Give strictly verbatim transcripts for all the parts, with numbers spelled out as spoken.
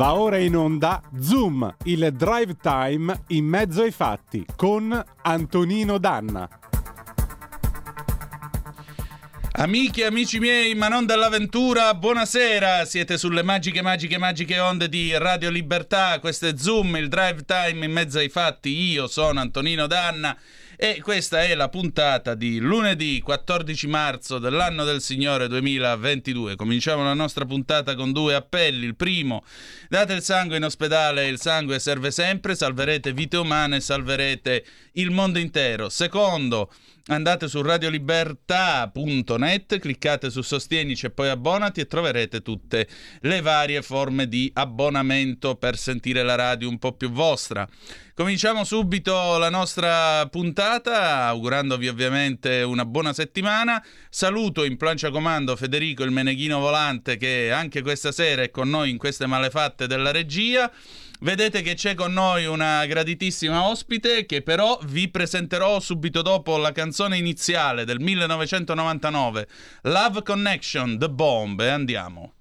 Va ora in onda Zoom, il drive time in mezzo ai fatti con Antonino Danna. Amiche e amici miei, ma non dell'avventura, buonasera, siete sulle magiche, magiche, magiche onde di Radio Libertà, questo è Zoom, il drive time in mezzo ai fatti, io sono Antonino Danna e questa è la puntata di lunedì quattordici marzo dell'anno del Signore duemilaventidue. Cominciamo la nostra puntata con due appelli. Il primo: date il sangue in ospedale, il sangue serve sempre, salverete vite umane, salverete il mondo intero. Secondo: andate su radiolibertà punto net, cliccate su Sostienici e poi abbonati e troverete tutte le varie forme di abbonamento per sentire la radio un po' più vostra. Cominciamo subito la nostra puntata augurandovi ovviamente una buona settimana. Saluto in plancia comando Federico il Meneghino Volante, che anche questa sera è con noi in queste malefatte della regia. Vedete che c'è con noi una graditissima ospite che però vi presenterò subito dopo la canzone iniziale del millenovecentonovantanove, Love Connection, The Bomb, e andiamo.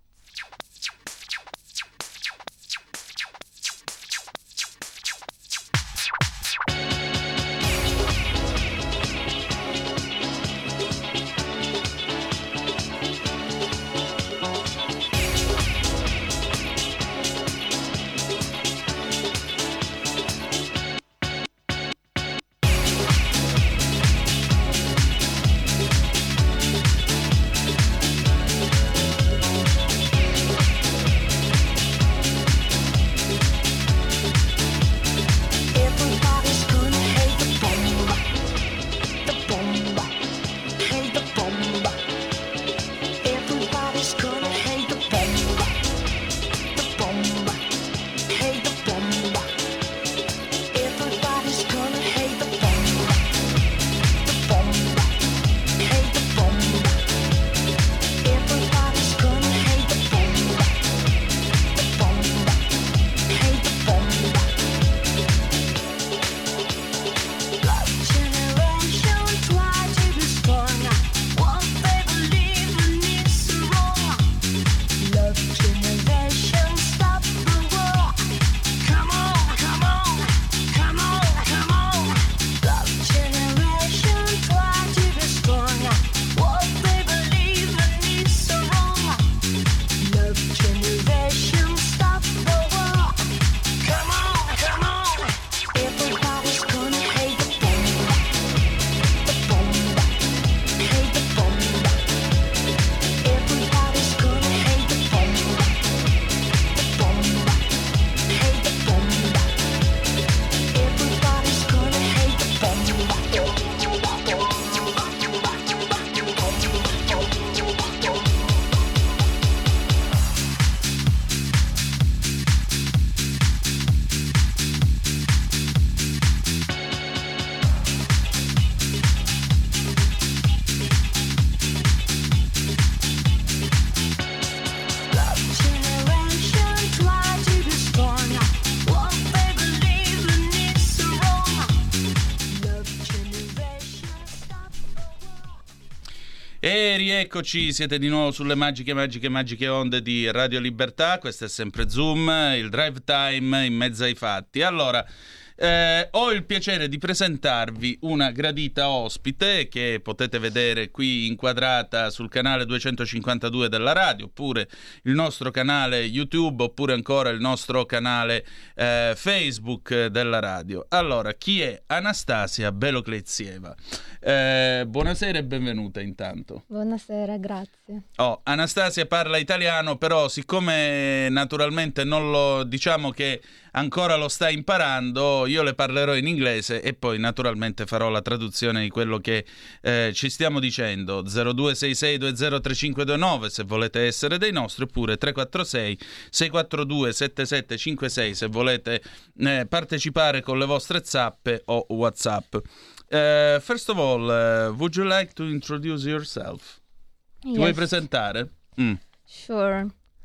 E rieccoci, siete di nuovo sulle magiche, magiche, magiche onde di Radio Libertà. Questo è sempre Zoom, il drive time in mezzo ai fatti. Allora, eh, ho il piacere di presentarvi una gradita ospite che potete vedere qui inquadrata sul canale duecentocinquantadue della radio, oppure il nostro canale YouTube, oppure ancora il nostro canale eh, Facebook della radio. Allora, chi è Anastasia Beloklezieva? Eh, buonasera e benvenuta intanto. Buonasera, grazie. Oh, Anastasia parla italiano, però siccome naturalmente non lo, diciamo che ancora lo sta imparando, io le parlerò in inglese e poi naturalmente farò la traduzione di quello che eh, ci stiamo dicendo. zero due sei sei due zero tre cinque due nove se volete essere dei nostri, oppure tre quattro sei sei quattro due sette sette cinque sei se volete eh, partecipare con le vostre zappe o WhatsApp. Uh, first of all, uh, would you like to introduce yourself? Yes. Ti vuoi presentare? Mm. Sure.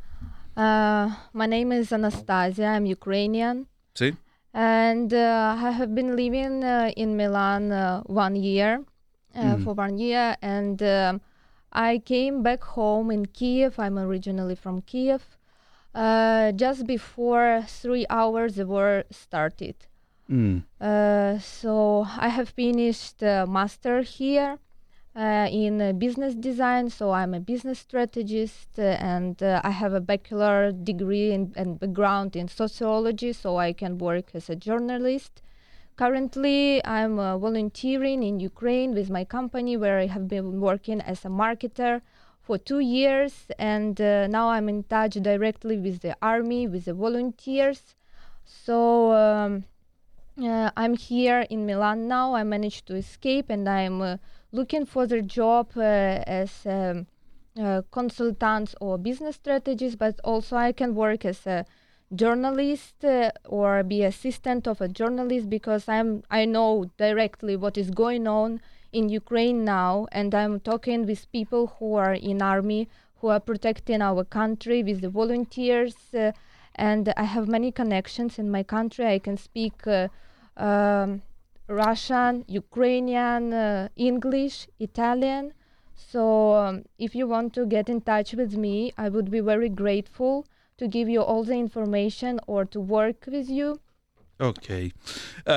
Uh, my name is Anastasia. I'm Ukrainian. Sì. And uh, I have been living uh, in Milan uh, one year, uh, Mm. for one year. And um I came back home in Kiev. I'm originally from Kiev. Uh, just before three hours the war started. Mm. Uh, so I have finished uh, master here uh, in uh, business design. So I'm a business strategist, uh, and uh, I have a bachelor degree in, and background in sociology. So I can work as a journalist. Currently, I'm uh, volunteering in Ukraine with my company, where I have been working as a marketer for two years, and uh, now I'm in touch directly with the army, with the volunteers. So um, uh, I'm here in Milan now. I managed to escape, and I'm uh, looking for the job uh, as a, a consultant or business strategist, but also I can work as a journalist uh, or be assistant of a journalist, because I'm I know directly what is going on in Ukraine now, and I'm talking with people who are in army, who are protecting our country, with the volunteers, uh, and I have many connections in my country. I can speak uh, um, Russian, Ukrainian, uh, English, Italian. So um, if you want to get in touch with me, I would be very grateful to give you all the information or to work with you. Ok, uh,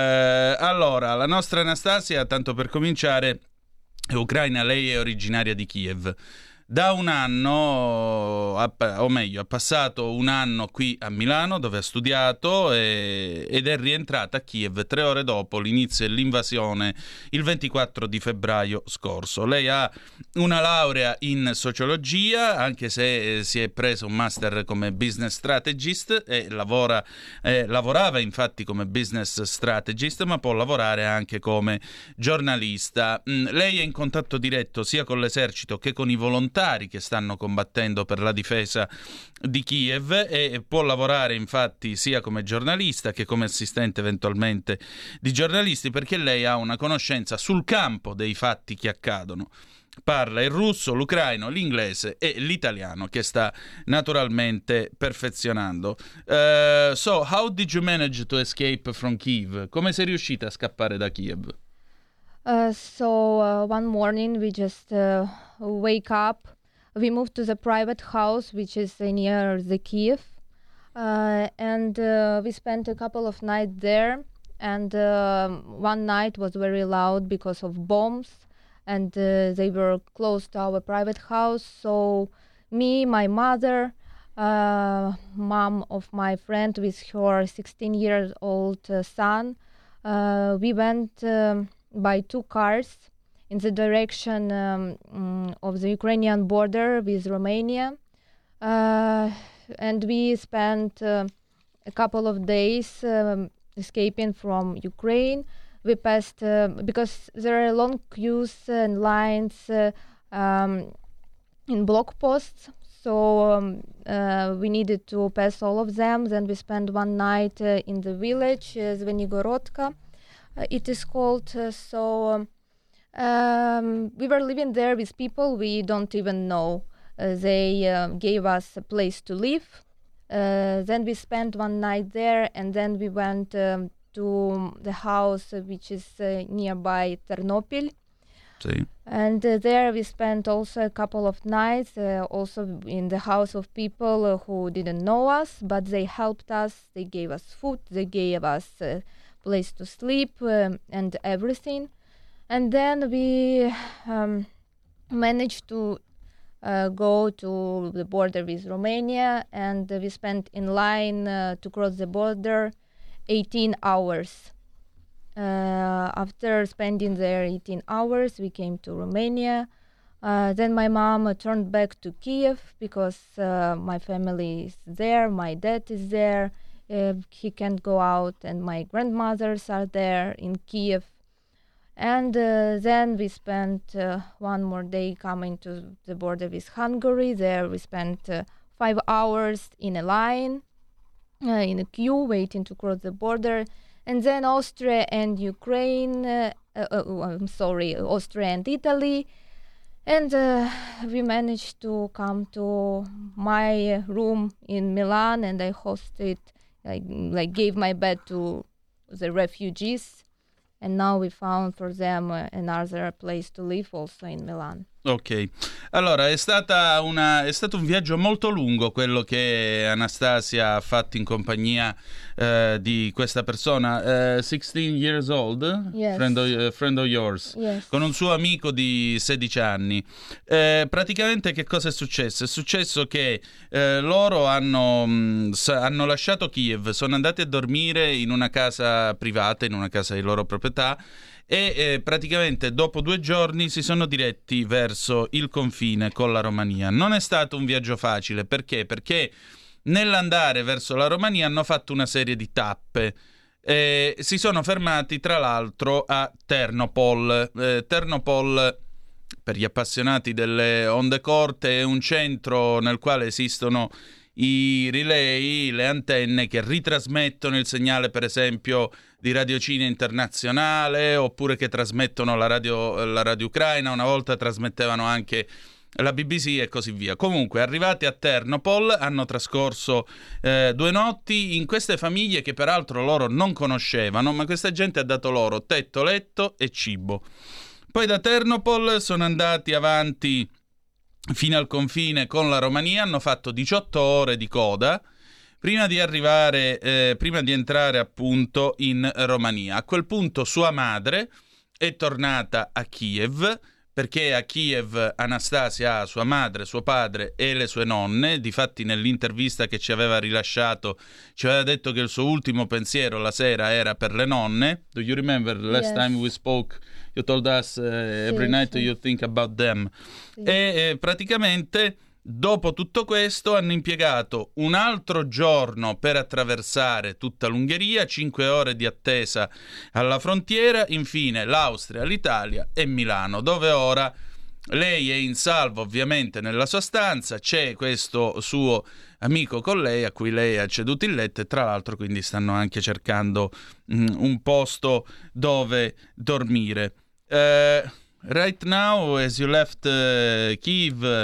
allora la nostra Anastasia, tanto per cominciare, è ucraina, lei è originaria di Kiev. Da un anno, o meglio, ha passato un anno qui a Milano, dove ha studiato, e, ed è rientrata a Kiev tre ore dopo l'inizio dell'invasione, il ventiquattro di febbraio scorso. Lei ha una laurea in sociologia, anche se si è preso un master come business strategist e lavora, eh, lavorava infatti come business strategist, ma può lavorare anche come giornalista. Mm, lei è in contatto diretto sia con l'esercito che con i volontari che stanno combattendo per la difesa di Kiev, e può lavorare infatti sia come giornalista che come assistente eventualmente di giornalisti, perché lei ha una conoscenza sul campo dei fatti che accadono. Parla il russo, l'ucraino, l'inglese e l'italiano, che sta naturalmente perfezionando. Uh, so, how did you manage to escape from Kiev? Come sei riuscita a scappare da Kiev? Uh, so uh, one morning we just uh, wake up. We moved to the private house, which is uh, near the Kiev, uh, and uh, we spent a couple of nights there. And uh, one night was very loud because of bombs, and uh, they were close to our private house. So me, my mother, uh, mom of my friend with her sixteen years old uh, son, uh, we went um, by two cars in the direction um, um, of the Ukrainian border with Romania. Uh, and we spent uh, a couple of days um, escaping from Ukraine. We passed, uh, because there are long queues and lines uh, um, in block posts, so um, uh, we needed to pass all of them. Then we spent one night uh, in the village, uh, Zvenigorodka. Uh, it is called. Uh, so um, um, we were living there with people we don't even know. Uh, they uh, gave us a place to live. Uh, then we spent one night there, and then we went um, to the house, uh, which is uh, nearby Ternopil. Sí. And uh, there we spent also a couple of nights, uh, also in the house of people uh, who didn't know us, but they helped us. They gave us food, they gave us a place to sleep um, and everything. And then we um, managed to uh, go to the border with Romania, and uh, we spent in line uh, to cross the border eighteen hours. Uh, after spending there eighteen hours, we came to Romania. Uh, then my mom uh, turned back to Kiev because uh, my family is there, my dad is there, uh, he can't go out, and my grandmothers are there in Kiev. And uh, then we spent uh, one more day coming to the border with Hungary. There we spent uh, five hours in a line, uh, in a queue, waiting to cross the border. And then Austria and Ukraine, uh, uh, uh, I'm sorry, Austria and Italy. And uh, we managed to come to my room in Milan, and I hosted, I like gave my bed to the refugees. And now we found for them uh, another place to live also in Milan. Ok, allora è stata una è stato un viaggio molto lungo quello che Anastasia ha fatto in compagnia eh, di questa persona, eh, sixteen years old, Yes. friend of, uh, friend of yours, Yes. con un suo amico di sedici anni. Eh, praticamente che cosa è successo? È successo che eh, loro hanno, mh, sa- hanno lasciato Kiev, sono andati a dormire in una casa privata, in una casa di loro proprietà, e eh, praticamente dopo due giorni si sono diretti verso il confine con la Romania. Non è stato un viaggio facile, perché? Perché nell'andare verso la Romania hanno fatto una serie di tappe. Eh, si sono fermati tra l'altro a Ternopol. Eh, Ternopol, per gli appassionati delle onde corte, è un centro nel quale esistono i relay, le antenne che ritrasmettono il segnale, per esempio, di Radiocina Internazionale, oppure che trasmettono la radio, la radio ucraina. Una volta trasmettevano anche la B B C e così via. Comunque, arrivati a Ternopol, hanno trascorso eh, due notti in queste famiglie che peraltro loro non conoscevano, ma questa gente ha dato loro tetto, letto e cibo. Poi da Ternopol sono andati avanti fino al confine con la Romania, hanno fatto diciotto ore di coda prima di arrivare, eh, prima di entrare appunto in Romania. A quel punto sua madre è tornata a Kiev, perché a Kiev Anastasia ha sua madre, suo padre e le sue nonne. Difatti nell'intervista che ci aveva rilasciato ci aveva detto che il suo ultimo pensiero la sera era per le nonne. Do you remember last Yes. time we spoke? You told us uh, every Sì, night sì. you think about them. Sì. E eh, praticamente dopo tutto questo hanno impiegato un altro giorno per attraversare tutta l'Ungheria, cinque ore di attesa alla frontiera, infine l'Austria, l'Italia e Milano, dove ora lei è in salvo ovviamente nella sua stanza. C'è questo suo amico con lei a cui lei ha ceduto il letto, e tra l'altro quindi stanno anche cercando mm, un posto dove dormire. Uh, right now, as you left uh, Kiev,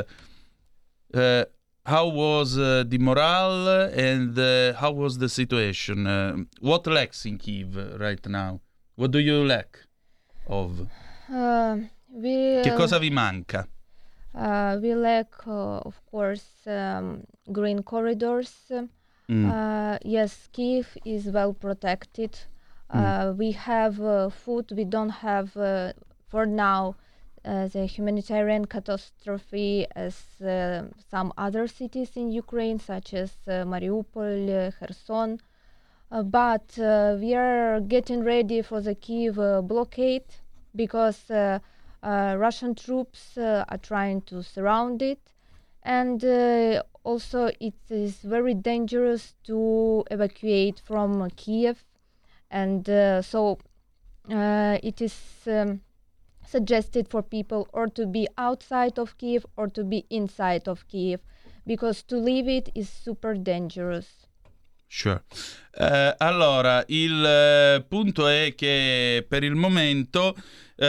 uh, how was uh, the morale and uh, how was the situation? Uh, what lacks in Kiev right now? What do you lack of? Uh, we Che cosa vi manca? uh, we lack, uh, of course, um, green corridors. Mm. Uh, yes, Kiev is well protected. Uh, we have uh, food. We don't have, uh, for now, uh, the humanitarian catastrophe as uh, some other cities in Ukraine, such as uh, Mariupol, uh, Kherson. Uh, but uh, we are getting ready for the Kiev uh, blockade, because uh, uh, Russian troops uh, are trying to surround it. And uh, also it is very dangerous to evacuate from uh, Kiev. And uh, so uh, it is um, suggested for people or to be outside of Kiev or to be inside of Kiev, because to leave it is super dangerous. Sure. Eh, allora, il eh, punto è che per il momento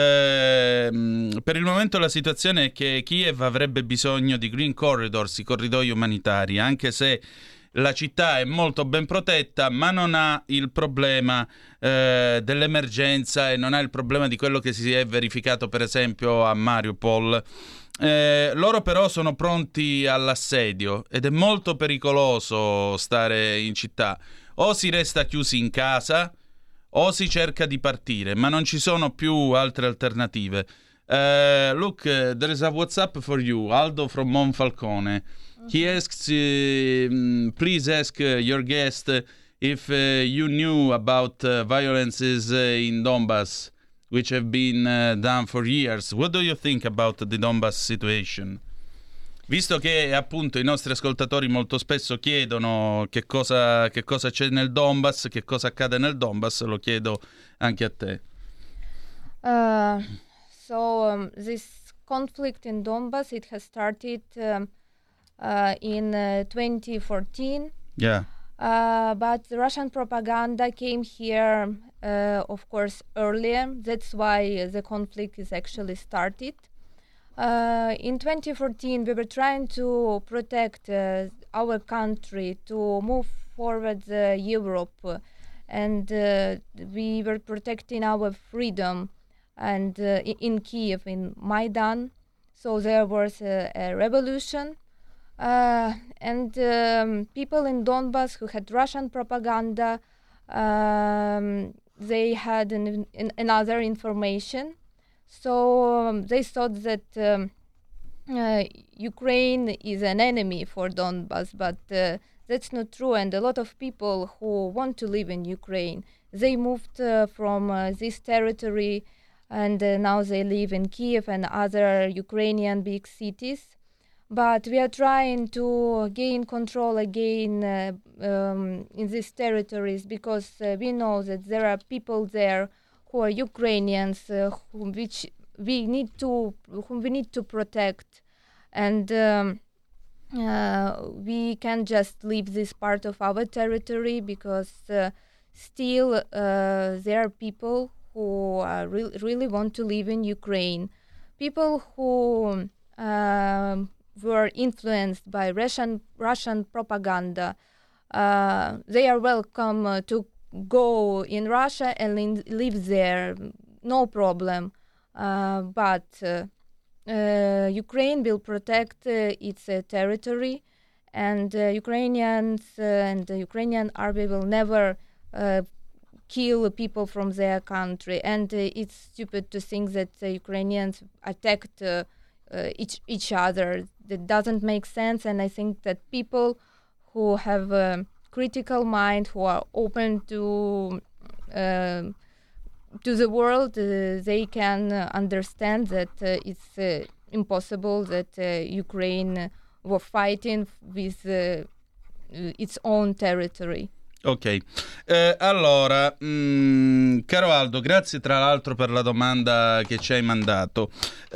eh, per il momento la situazione è che Kiev avrebbe bisogno di green corridors, i corridoi umanitari, anche se la città è molto ben protetta, ma non ha il problema eh, dell'emergenza e non ha il problema di quello che si è verificato per esempio a Mariupol. Eh, loro però sono pronti all'assedio ed è molto pericoloso stare in città. O si resta chiusi in casa o si cerca di partire, ma non ci sono più altre alternative. Uh, look, uh, there is a WhatsApp for you, Aldo from Monfalcone. He asks, uh, please ask uh, your guest if uh, you knew about uh, violences uh, in Donbass, which have been uh, done for years. What do you think about the Donbass situation? Visto che appunto i nostri ascoltatori molto spesso chiedono che cosa, che cosa c'è nel Donbass, che cosa accade nel Donbass, lo chiedo anche a te. Uh, so um, this conflict in Donbass, it has started um, uh, in uh, twenty fourteen. Yeah. Uh, but the Russian propaganda came here, uh, of course, earlier. That's why the conflict is actually started. Uh, in twenty fourteen, we were trying to protect uh, our country, to move forward uh, Europe, uh, and uh, we were protecting our freedom. And uh, in Kiev, in Maidan. So there was a, a revolution, uh, and um, people in Donbass who had Russian propaganda, um, they had an, an, another information. So um, they thought that um, uh, Ukraine is an enemy for Donbass, but uh, that's not true. And a lot of people who want to live in Ukraine, they moved uh, from uh, this territory, and uh, now they live in Kiev and other Ukrainian big cities. But we are trying to gain control again uh, um, in these territories, because uh, we know that there are people there who are Ukrainians, uh, whom which we need to, whom we need to protect, and um, uh, we can't just leave this part of our territory, because uh, still uh, there are people who uh, re- really want to live in Ukraine, people who um, were influenced by Russian Russian propaganda. Uh, they are welcome uh, to go in Russia and li- live there, no problem. Uh, but uh, uh, Ukraine will protect uh, its uh, territory, and uh, Ukrainians uh, and the Ukrainian army will never uh, kill people from their country. And uh, it's stupid to think that uh, Ukrainians attacked uh, uh, each each other. That doesn't make sense. And I think that people who have a critical mind, who are open to uh, to the world, uh, they can uh, understand that uh, it's uh, impossible that uh, Ukraine were fighting with uh, its own territory. Ok, eh, allora, mh, caro Aldo, grazie tra l'altro per la domanda che ci hai mandato.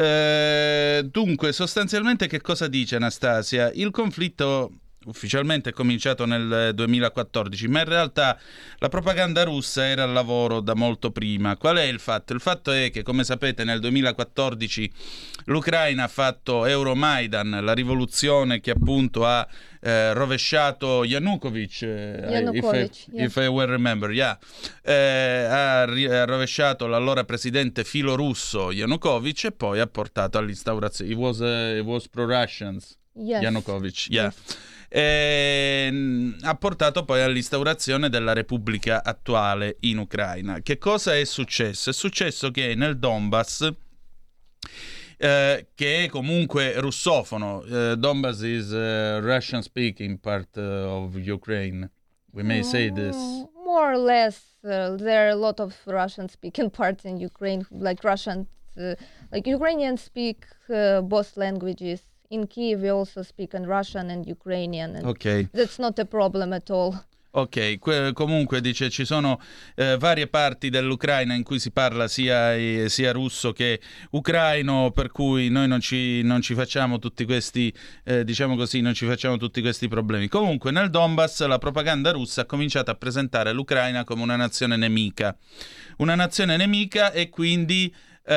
Eh, dunque, sostanzialmente che cosa dice Anastasia? Il conflitto ufficialmente è cominciato nel duemilaquattordici, ma in realtà la propaganda russa era al lavoro da molto prima. Qual è il fatto? Il fatto è che, come sapete, nel duemilaquattordici l'Ucraina ha fatto Euromaidan, la rivoluzione che appunto ha eh, rovesciato Yanukovych, eh, Yanukovych, if, I, yeah. if I well remember, yeah. eh, ha, ri- ha rovesciato l'allora presidente filorusso Yanukovych e poi ha portato all'instaurazione. It was, uh, it was pro-Russians. Yes. Yanukovych, yeah. Yes. E, ha portato poi all'instaurazione della Repubblica attuale in Ucraina. Che cosa è successo? È successo che nel Donbass, eh, che è comunque russofono, uh, Donbass is uh, Russian speaking part uh, of Ukraine, we may say this. More or less, uh, there are a lot of Russian speaking parts in Ukraine, like Russian, uh, like Ukrainians speak uh, both languages. In Kiev we also speak in Russian and Ukrainian, and Ok. that's not a problem at all. Ok, que- comunque dice ci sono eh, varie parti dell'Ucraina in cui si parla sia, eh, sia russo che ucraino, per cui noi non ci, non ci facciamo tutti questi, eh, diciamo così, non ci facciamo tutti questi problemi. Comunque nel Donbass la propaganda russa ha cominciato a presentare l'Ucraina come una nazione nemica, una nazione nemica e quindi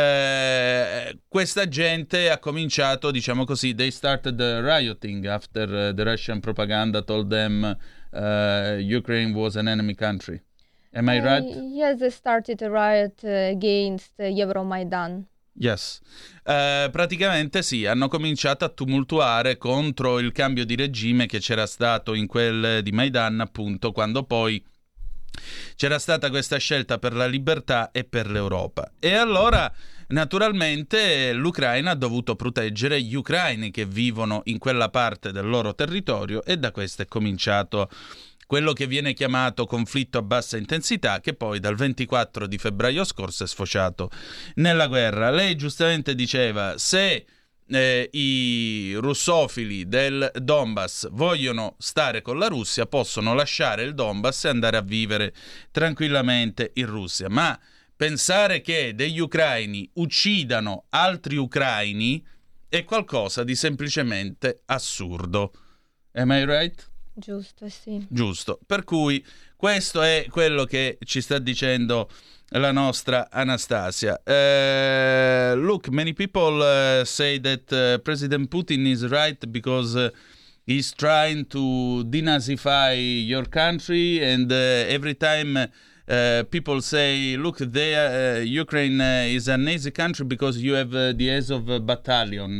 Uh, questa gente ha cominciato, diciamo così, they started the rioting after uh, the Russian propaganda told them uh, Ukraine was an enemy country. Am I right? Uh, yes, they started a riot uh, against uh, Euromaidan. Yes. Uh, praticamente sì, hanno cominciato a tumultuare contro il cambio di regime che c'era stato in quel di Maidan, appunto, quando poi c'era stata questa scelta per la libertà e per l'Europa. E allora, naturalmente, l'Ucraina ha dovuto proteggere gli ucraini che vivono in quella parte del loro territorio, e da questo è cominciato quello che viene chiamato conflitto a bassa intensità, che poi dal ventiquattro di febbraio scorso è sfociato nella guerra. Lei giustamente diceva, se Eh, i russofili del Donbass vogliono stare con la Russia, possono lasciare il Donbass e andare a vivere tranquillamente in Russia, ma pensare che degli ucraini uccidano altri ucraini è qualcosa di semplicemente assurdo. Am I right? Giusto, sì. Giusto. Per cui questo è quello che ci sta dicendo la nostra Anastasia. Uh, look, many people uh, say that uh, President Putin is right because uh, he's trying to denazify your country, and uh, every time uh, people say, look, they, uh, Ukraine uh, is a Nazi country because you have uh, the Azov battalion.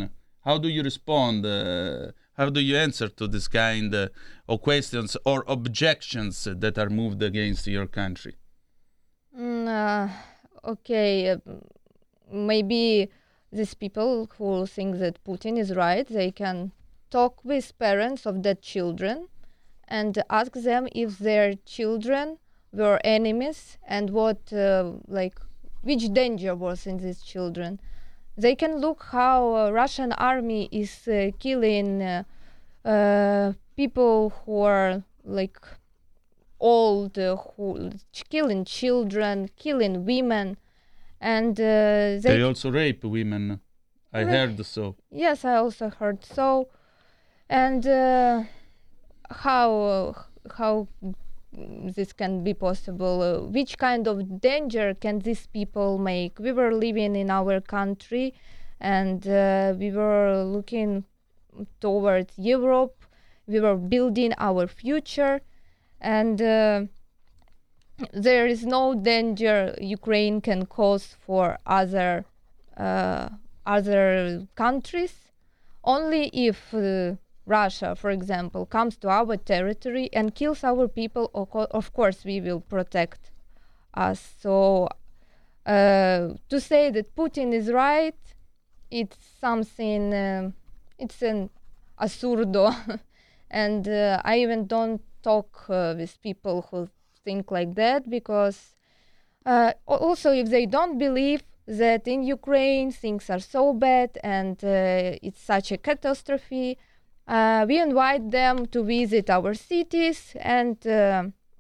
how do you respond? Uh, how do you answer to this kind uh, of questions or objections that are moved against your country? Mm, uh, okay, uh, maybe these people who think that Putin is right, they can talk with parents of their children and ask them if their children were enemies and what, uh, like, which danger was in these children. They can look how uh, Russian army is uh, killing uh, uh, people who are like old, uh, who killing children, killing women, and uh, they, They also rape women. I Ra- heard so. Yes, I also heard so. And uh, how how this can be possible? Uh, which kind of danger can these people make? We were living in our country, and uh, we were looking towards Europe. We were building our future, and uh, there is no danger Ukraine can cause for other uh, other countries. Only if uh, Russia, for example, comes to our territory and kills our people, of, co- of course we will protect us. So uh, to say that Putin is right, it's something, uh, it's an assurdo. And uh, I even don't talk uh, with people who think like that, because uh, also if they don't believe that in Ukraine things are so bad and uh, it's such a catastrophe, uh, we invite them to visit our cities and uh,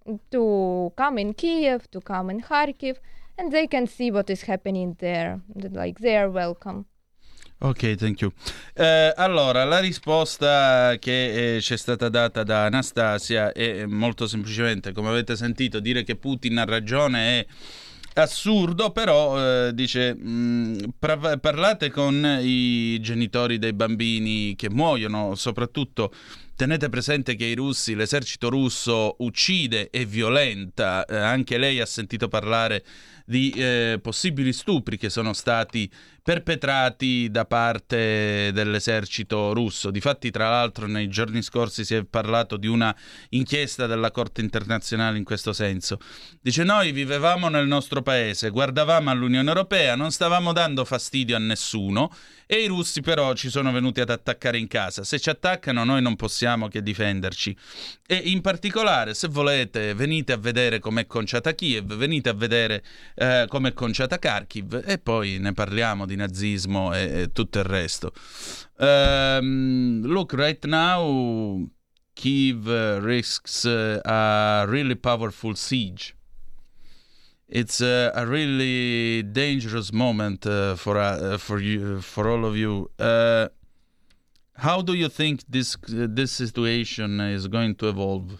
to come in Kiev, to come in Kharkiv, and they can see what is happening there. Like, they are welcome. Ok, thank you. Eh, allora, la risposta che eh, ci è stata data da Anastasia è molto semplicemente, come avete sentito, dire che Putin ha ragione è assurdo, però eh, dice mh, pra- parlate con i genitori dei bambini che muoiono, soprattutto tenete presente che i russi, l'esercito russo uccide e violenta, eh, anche lei ha sentito parlare di eh, possibili stupri che sono stati perpetrati da parte dell'esercito russo. Difatti, tra l'altro, nei giorni scorsi si è parlato di una inchiesta della Corte internazionale in questo senso. Dice: noi vivevamo nel nostro paese, guardavamo all'Unione Europea, non stavamo dando fastidio a nessuno, e i russi però ci sono venuti ad attaccare in casa. Se ci attaccano noi non possiamo che difenderci. E in particolare, se volete, venite a vedere com'è conciata Kiev, venite a vedere eh, com'è conciata Kharkiv, e poi ne parliamo di nazismo e, e tutto il resto. Um, look, right now Kiev uh, risks uh, a really powerful siege. It's uh, a really dangerous moment uh, for uh, for you, for all of you. Uh, how do you think this uh, this situation is going to evolve?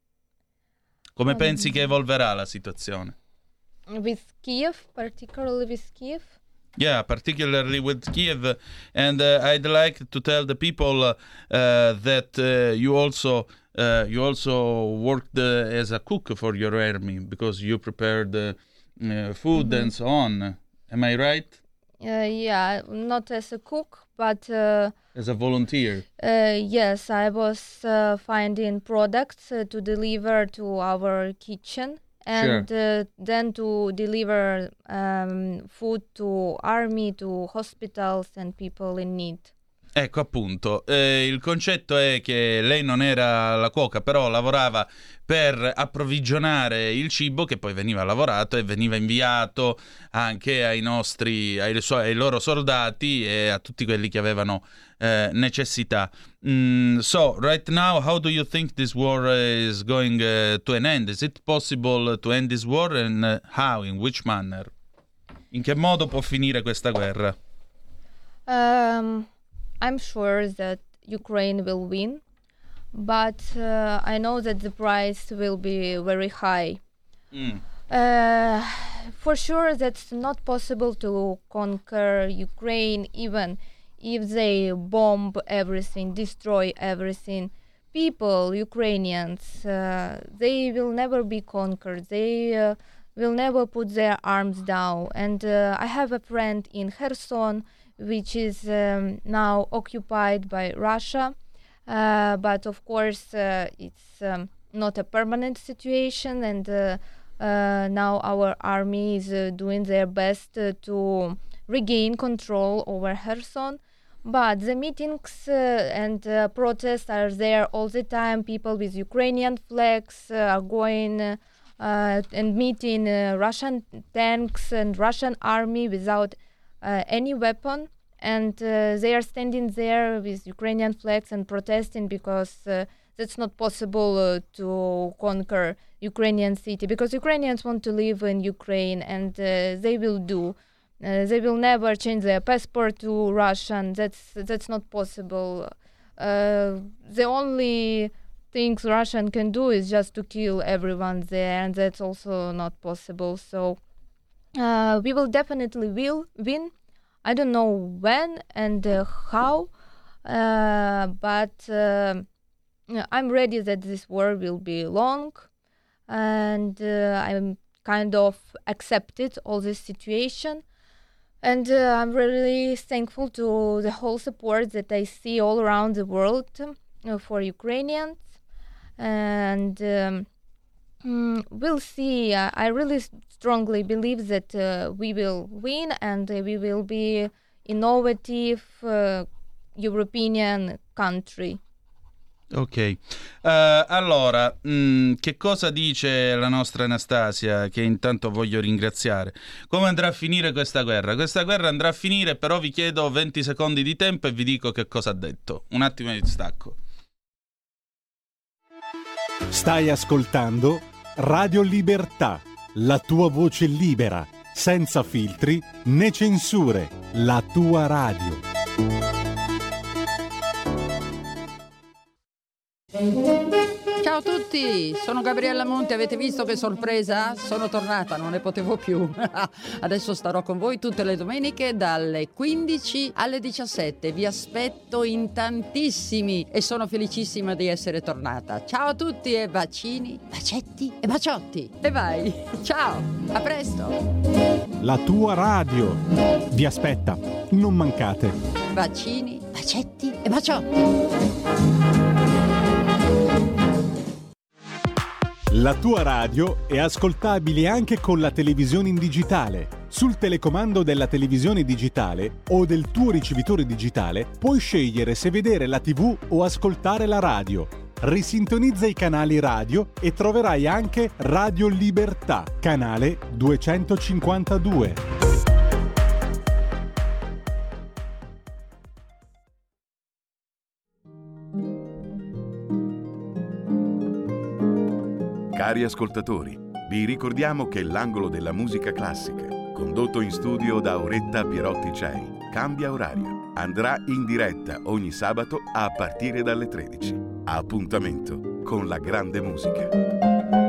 Come Um, pensi che evolverà la situazione? With Kiev, particularly with Kiev? Yeah, particularly with Kiev, and uh, I'd like to tell the people uh, uh, that uh, you also uh, you also worked uh, as a cook for your army, because you prepared uh, uh, food Mhm. and so on. Am I right? Uh, yeah, not as a cook, but uh, As a volunteer. uh, yes, I was uh, finding products uh, to deliver to our kitchen, and uh, then to deliver um, food to army, to hospitals and people in need. Ecco, appunto, eh, il concetto è che lei non era la cuoca, però lavorava per approvvigionare il cibo che poi veniva lavorato e veniva inviato anche ai nostri, ai, su- ai loro soldati e a tutti quelli che avevano eh, necessità. Mm, so, right now, how do you think this war is going uh, to an end? Is it possible to end this war, and uh, how, in which manner? In che modo può finire questa guerra? Um, I'm sure that Ukraine will win, but uh, I know that the price will be very high. Mm. Uh, for sure, that's not possible to conquer Ukraine, even if they bomb everything, destroy everything. People, Ukrainians, uh, they will never be conquered. They uh, will never put their arms down. And uh, I have a friend in Kherson, which is um, now occupied by Russia. Uh, but of course, uh, it's um, not a permanent situation, and uh, uh, now our army is uh, doing their best uh, to regain control over Kherson. But the meetings uh, and uh, protests are there all the time. People with Ukrainian flags uh, are going uh, uh, and meeting uh, Russian tanks and Russian army without uh, any weapon. And uh, they are standing there with Ukrainian flags and protesting because uh, that's not possible uh, to conquer Ukrainian city. Because Ukrainians want to live in Ukraine, and uh, they will do. Uh, they will never change their passport to Russian. That's that's not possible. Uh, the only things Russian can do is just to kill everyone there, and that's also not possible. So uh, we will definitely will win. I don't know when and uh, how, uh, but uh, I'm ready that this war will be long, and uh, I'm kind of accepted all this situation. And uh, I'm really thankful to the whole support that I see all around the world uh, for Ukrainians. And um, mm, we'll see. Uh, I really strongly believe that uh, we will win, and uh, we will be innovative uh, European country. Ok, uh, allora, mh, che cosa dice la nostra Anastasia, che intanto voglio ringraziare? Come andrà a finire questa guerra? Questa guerra andrà a finire, però vi chiedo venti secondi di tempo e vi dico che cosa ha detto. Un attimo di stacco. Stai ascoltando Radio Libertà, la tua voce libera, senza filtri né censure, la tua radio. Ciao a tutti, sono Gabriella Monti. Avete visto che sorpresa? Sono tornata, non ne potevo più. Adesso starò con voi tutte le domeniche dalle quindici alle diciassette. Vi aspetto in tantissimi e sono felicissima di essere tornata. Ciao a tutti e bacini, bacetti e baciotti. E vai, ciao, a presto. La tua radio vi aspetta, non mancate. Bacini, bacetti e baciotti. La tua radio è ascoltabile anche con la televisione in digitale. Sul telecomando della televisione digitale o del tuo ricevitore digitale puoi scegliere se vedere la tivù o ascoltare la radio. Risintonizza i canali radio e troverai anche Radio Libertà, canale duecentocinquantadue. Cari ascoltatori, vi ricordiamo che l'angolo della musica classica, condotto in studio da Auretta Pierotti Cei, cambia orario. Andrà in diretta ogni sabato a partire dalle tredici. Appuntamento con la grande musica.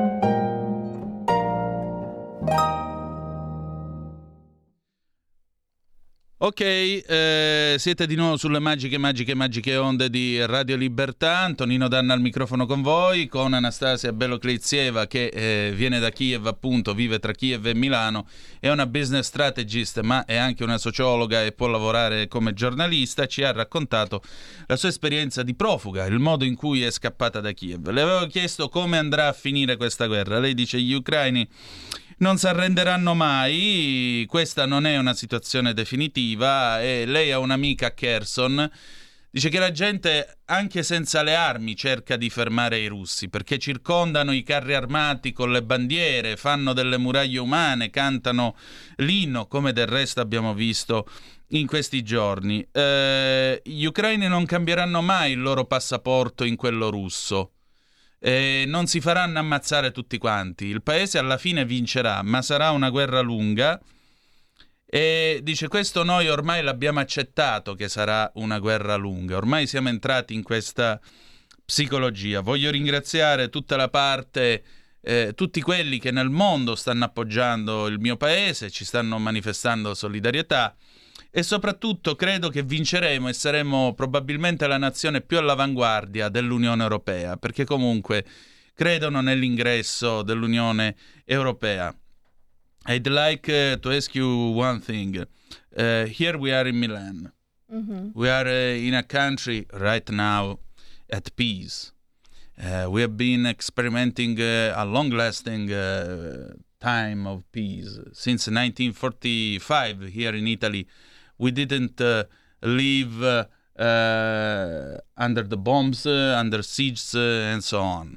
Ok, eh, siete di nuovo sulle magiche, magiche, magiche onde di Radio Libertà. Antonino Danna al microfono con voi, con Anastasia Belokleitsieva che eh, viene da Kiev, appunto, vive tra Kiev e Milano, è una business strategist ma è anche una sociologa e può lavorare come giornalista. Ci ha raccontato la sua esperienza di profuga, il modo in cui è scappata da Kiev. Le avevo chiesto come andrà a finire questa guerra. Lei dice gli ucraini non si arrenderanno mai, questa non è una situazione definitiva, e lei ha un'amica a Kherson, dice che la gente anche senza le armi cerca di fermare i russi, perché circondano i carri armati con le bandiere, fanno delle muraglie umane, cantano l'inno, come del resto abbiamo visto in questi giorni. Eh, gli ucraini non cambieranno mai il loro passaporto in quello russo. E non si faranno ammazzare tutti quanti. Il paese alla fine vincerà, ma sarà una guerra lunga. E dice questo noi ormai l'abbiamo accettato che sarà una guerra lunga. Ormai siamo entrati in questa psicologia. Voglio ringraziare tutta la parte, eh, tutti quelli che nel mondo stanno appoggiando il mio paese, ci stanno manifestando solidarietà. E soprattutto credo che vinceremo e saremo probabilmente la nazione più all'avanguardia dell'Unione Europea, perché comunque credono nell'ingresso dell'Unione Europea. I'd like uh, to ask you one thing. uh, here we are in Milan. Mm-hmm. We are uh, in a country right now at peace. Uh, we have been experimenting uh, a long-lasting uh, time of peace. Since nineteen forty-five here in Italy, we didn't uh, live uh, uh, under the bombs, uh, under siege, uh, and so on.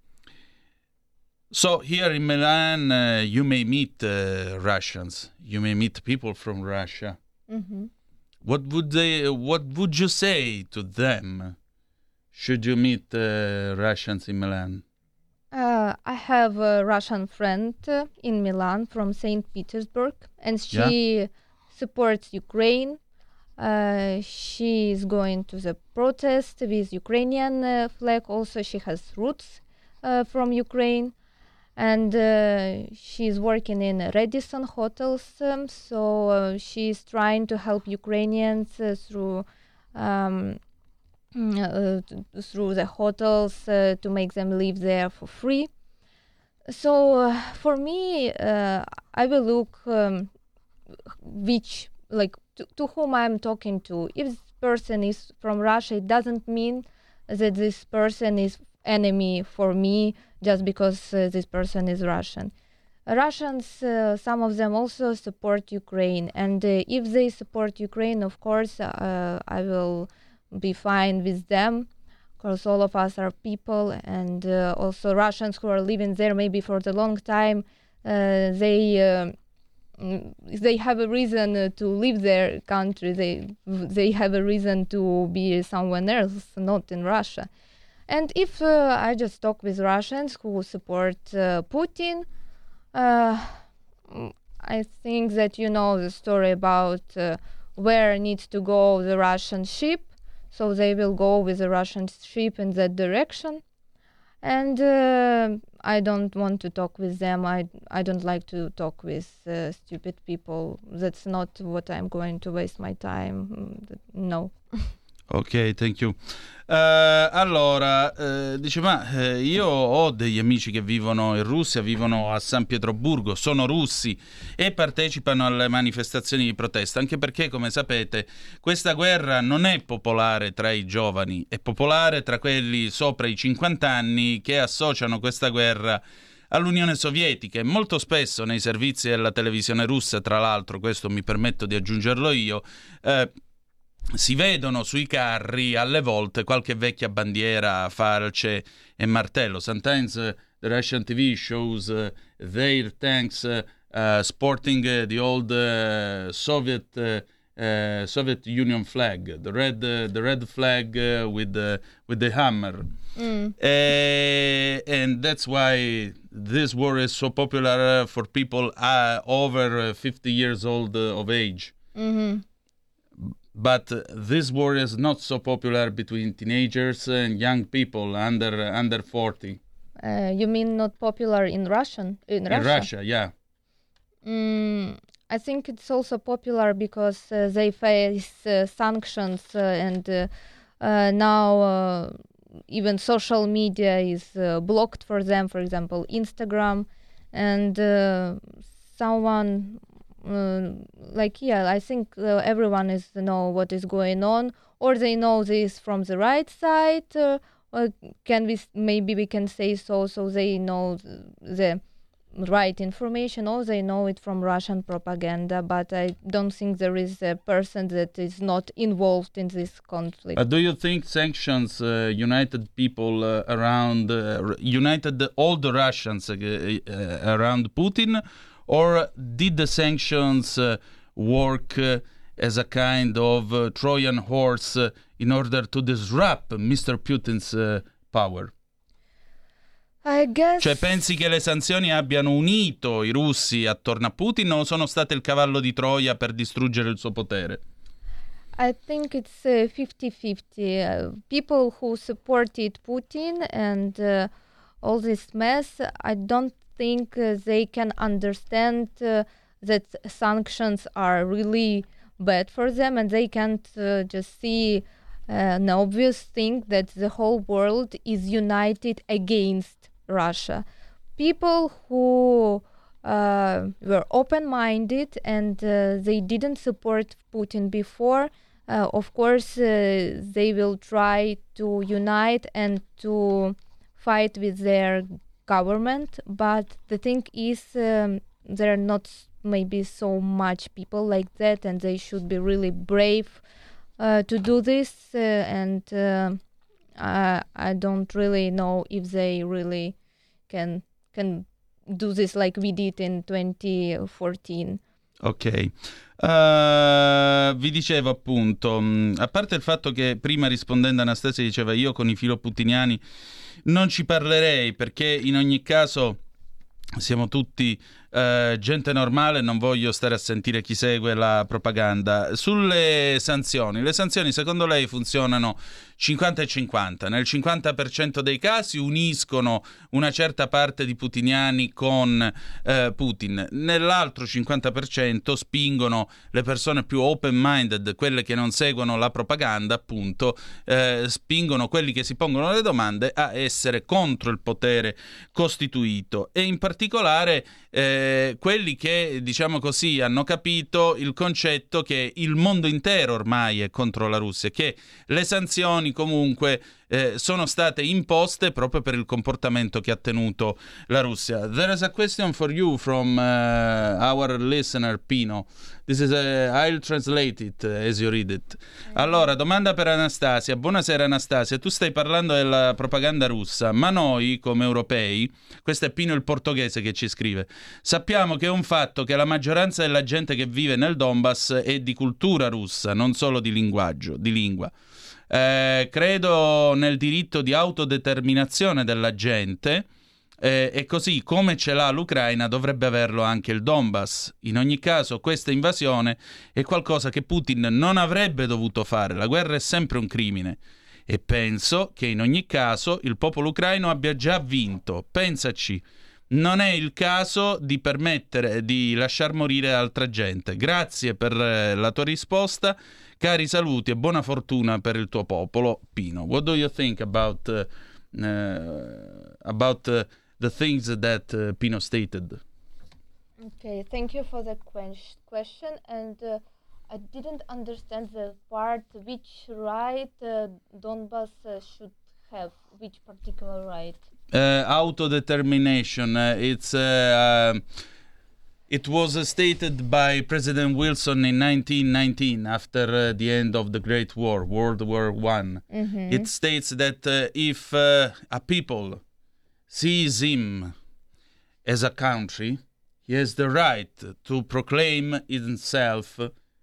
So here in Milan, uh, you may meet uh, Russians. You may meet people from Russia. Mm-hmm. What would they? What would you say to them? Should you meet uh, Russians in Milan? Uh, I have a Russian friend uh, in Milan from Saint Petersburg, and she Yeah? supports Ukraine. Uh, she is going to the protest with Ukrainian uh, flag. Also, she has roots uh, from Ukraine, and uh, she is working in Radisson hotels. Um, so uh, she is trying to help Ukrainians uh, through. Um, Uh, t- through the hotels uh, to make them live there for free. So uh, for me, uh, I will look um, which like to, to whom I'm talking to. If this person is from Russia, it doesn't mean that this person is enemy for me just because uh, this person is Russian. Russians, uh, some of them also support Ukraine, and uh, if they support Ukraine, of course, uh, I will be fine with them. Of course, all of us are people, and uh, also Russians who are living there maybe for the long time, uh, they uh, mm, they have a reason uh, to leave their country. They they have a reason to be somewhere else, not in Russia. And if uh, I just talk with Russians who support uh, Putin, uh, I think that you know the story about uh, where needs to go the Russian ship. So they will go with the Russian ship in that direction. And uh, I don't want to talk with them. I, I don't like to talk with uh, stupid people. That's not what I'm going to waste my time. No. Ok, thank you. Uh, allora, uh, dice, ma uh, io ho degli amici che vivono in Russia, vivono a San Pietroburgo, sono russi e partecipano alle manifestazioni di protesta, anche perché, come sapete, questa guerra non è popolare tra i giovani, è popolare tra quelli sopra i cinquanta anni che associano questa guerra all'Unione Sovietica, e molto spesso nei servizi della televisione russa, tra l'altro, questo mi permetto di aggiungerlo io, eh, si vedono sui carri alle volte qualche vecchia bandiera, falce e martello. Sometimes uh, the Russian T V shows uh, their tanks uh, uh, sporting uh, the old uh, Soviet uh, uh, Soviet Union flag, the red uh, the red flag uh, with the with the hammer. Mm. Uh, and that's why this war is so popular uh, for people uh, over uh, fifty years old uh, of age. Mm-hmm. But uh, this war is not so popular between teenagers and young people under uh, under forty. Uh, you mean not popular in Russian? In, In Russia, yeah. Mm, I think it's also popular because uh, they face uh, sanctions uh, and uh, uh, now uh, even social media is uh, blocked for them, for example, Instagram. And uh, someone, uh, like, yeah, I think uh, everyone is know what is going on, or they know this from the right side, uh, or can we, maybe we can say so, so they know the right information, or they know it from Russian propaganda, but I don't think there is a person that is not involved in this conflict. But do you think sanctions uh, united people uh, around, uh, united the, all the Russians uh, uh, around Putin, or did the sanctions uh, work uh, as a kind of uh, Trojan horse uh, in order to disrupt Mister Putin's uh, power? I guess... Cioè, pensi che le sanzioni abbiano unito i russi attorno a Putin, o sono state il cavallo di Troia per distruggere il suo potere? I think it's uh, fifty-fifty. Uh, people who supported Putin and uh, all this mess, I don't think uh, they can understand uh, that sanctions are really bad for them, and they can't uh, just see uh, an obvious thing that the whole world is united against Russia. People who uh, were open-minded and uh, they didn't support Putin before. Uh, of course, uh, they will try to unite and to fight with their government, but the thing is um, there are not maybe so much people like that, and they should be really brave uh, to do this, uh, and uh, I, I don't really know if they really can can do this like we did in twenty fourteen. Ok, uh, vi dicevo appunto, mh, a parte il fatto che prima rispondendo Anastasia diceva io con i filoputiniani non ci parlerei perché in ogni caso siamo tutti uh, gente normale, non voglio stare a sentire chi segue la propaganda. Sulle sanzioni, le sanzioni secondo lei funzionano cinquanta e cinquanta, nel cinquanta per cento dei casi uniscono una certa parte di putiniani con uh, Putin, nell'altro cinquanta per cento spingono le persone più open-minded, quelle che non seguono la propaganda appunto, uh, spingono quelli che si pongono le domande a essere contro il potere costituito e in particolare eh, quelli che, diciamo così, hanno capito il concetto che il mondo intero ormai è contro la Russia, che le sanzioni comunque eh, sono state imposte proprio per il comportamento che ha tenuto la Russia. There is a question for you from uh, our listener Pino. This is a, I'll translate it as you read it. Allora, domanda per Anastasia. Buonasera Anastasia, tu stai parlando della propaganda russa, ma noi come europei, questo è Pino il portoghese che ci scrive, sappiamo che è un fatto che la maggioranza della gente che vive nel Donbass è di cultura russa, non solo di linguaggio, di lingua. Eh, credo nel diritto di autodeterminazione della gente eh, e così come ce l'ha l'Ucraina dovrebbe averlo anche il Donbass. In ogni caso questa invasione è qualcosa che Putin non avrebbe dovuto fare, la guerra è sempre un crimine e penso che in ogni caso il popolo ucraino abbia già vinto, pensaci. Non è il caso di permettere di lasciar morire altra gente. Grazie per eh, la tua risposta. Cari saluti e buona fortuna per il tuo popolo, Pino. What do you think about uh, uh, about uh, the things that uh, Pino stated? Okay, thank you for the que- question. And uh, I didn't understand the part which right uh, Donbass uh, should have, which particular right. Uh, autodetermination. Uh, it's uh, uh, it was uh, stated by President Wilson in nineteen nineteen, after uh, the end of the Great War, World War One. Mm-hmm. It states that uh, if uh, a people sees him as a country, he has the right to proclaim himself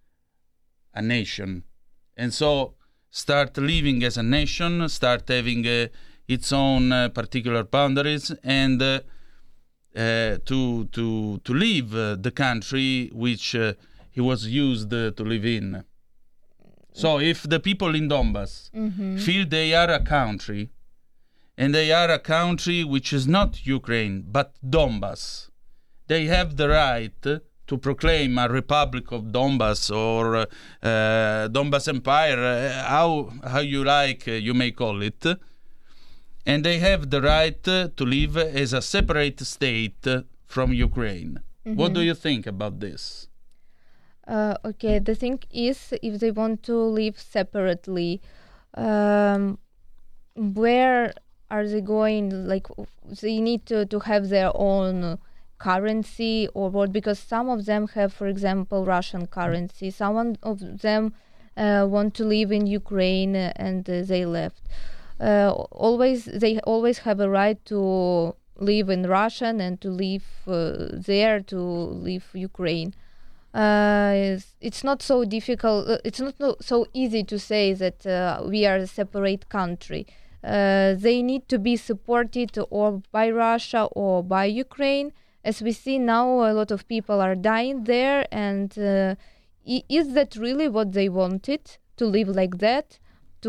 a nation, and so start living as a nation, start having a its own uh, particular boundaries, and uh, uh, to to to leave uh, the country which uh, he was used uh, to live in. So if the people in Donbass mm-hmm. feel they are a country, and they are a country which is not Ukraine but Donbass, they have the right to proclaim a Republic of Donbass or uh, uh, Donbass Empire, uh, how how you like, uh, you may call it. And they have the right uh, to live as a separate state uh, from Ukraine. Mm-hmm. What do you think about this? Uh, okay, the thing is, if they want to live separately, um, where are they going? Like, they need to, to have their own currency or what? Because some of them have, for example, Russian currency. Some of them uh, want to live in Ukraine uh, and uh, they left. Uh, always they always have a right to live in Russian and to live uh, there, to leave Ukraine. Uh, it's, it's not so difficult. Uh, it's not no, so easy to say that uh, we are a separate country. Uh, they need to be supported or by Russia or by Ukraine. As we see now, a lot of people are dying there, and uh, I- is that really what they wanted, to live like that,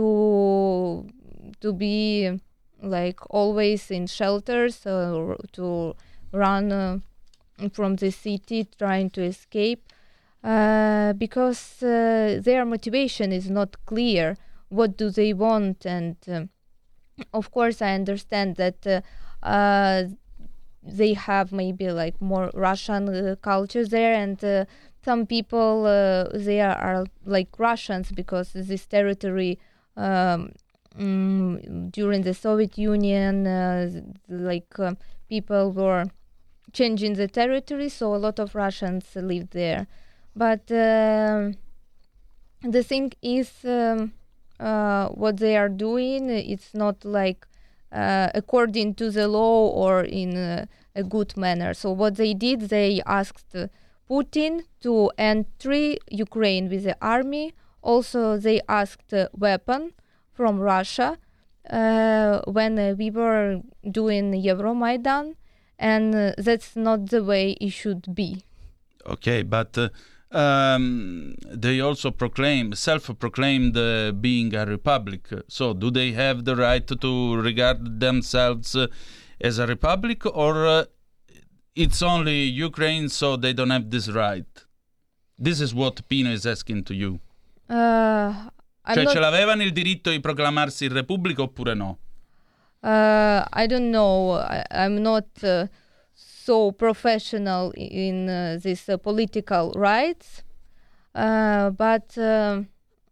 to to be like always in shelters, uh, to run uh, from the city trying to escape, uh, because uh, their motivation is not clear. What do they want? And uh, of course I understand that uh, uh, they have maybe like more Russian uh, culture there, and uh, some people uh, there are like Russians because this territory um, mm, during the Soviet Union, uh, like uh, people were changing the territory, so a lot of Russians lived there. But uh, the thing is, um, uh, what they are doing, it's not like uh, according to the law or in uh, a good manner. So what they did, they asked uh, Putin to enter Ukraine with the army. Also, they asked a weapon from Russia uh, when uh, we were doing Euromaidan, and uh, that's not the way it should be. Okay, but uh, um, they also proclaim, self-proclaimed uh, being a republic. So do they have the right to regard themselves uh, as a republic, or uh, it's only Ukraine, so they don't have this right? This is what Pino is asking to you. Uh, cioè, not, ce l'avevano il diritto di proclamarsi repubblica oppure no? Uh, I don't know. I, I'm not uh, so professional in uh, this uh, political rights, uh, but uh,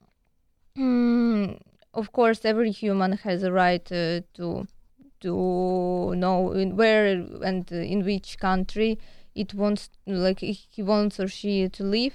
mm, of course, every human has a right uh, to to know in where and uh, in which country it wants, like he wants or she to live.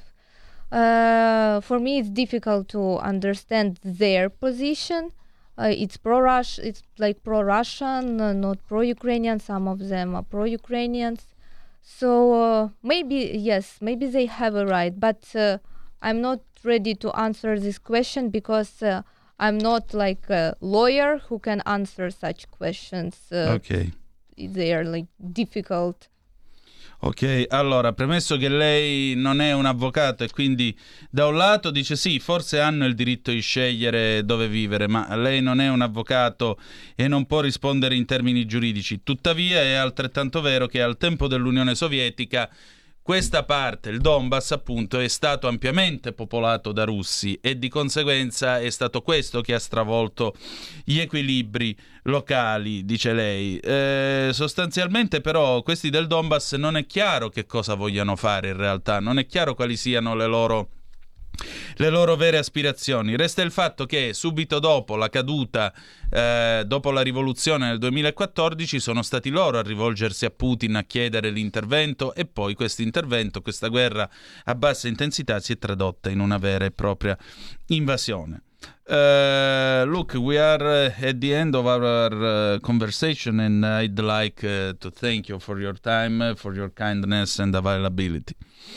Uh, for me, it's difficult to understand their position. Uh, it's pro-Rush, it's like pro-Russian, uh, not pro-Ukrainian. Some of them are pro-Ukrainians. So uh, maybe, yes, maybe they have a right, but uh, I'm not ready to answer this question because uh, I'm not like a lawyer who can answer such questions. Uh, ok. They are like difficult. Ok, allora, premesso che lei non è un avvocato e quindi da un lato dice sì, forse hanno il diritto di scegliere dove vivere, ma lei non è un avvocato e non può rispondere in termini giuridici. Tuttavia è altrettanto vero che al tempo dell'Unione Sovietica questa parte, il Donbass appunto, è stato ampiamente popolato da russi e di conseguenza è stato questo che ha stravolto gli equilibri locali, dice lei. Eh, sostanzialmente però questi del Donbass non è chiaro che cosa vogliano fare in realtà, non è chiaro quali siano le loro le loro vere aspirazioni. Resta il fatto che subito dopo la caduta, eh, dopo la rivoluzione nel duemilaquattordici, sono stati loro a rivolgersi a Putin a chiedere l'intervento e poi questo intervento, questa guerra a bassa intensità si è tradotta in una vera e propria invasione. Uh, look, we are uh, at the end of our uh, conversation and I'd like uh, to thank you for your time, uh, for your kindness and availability.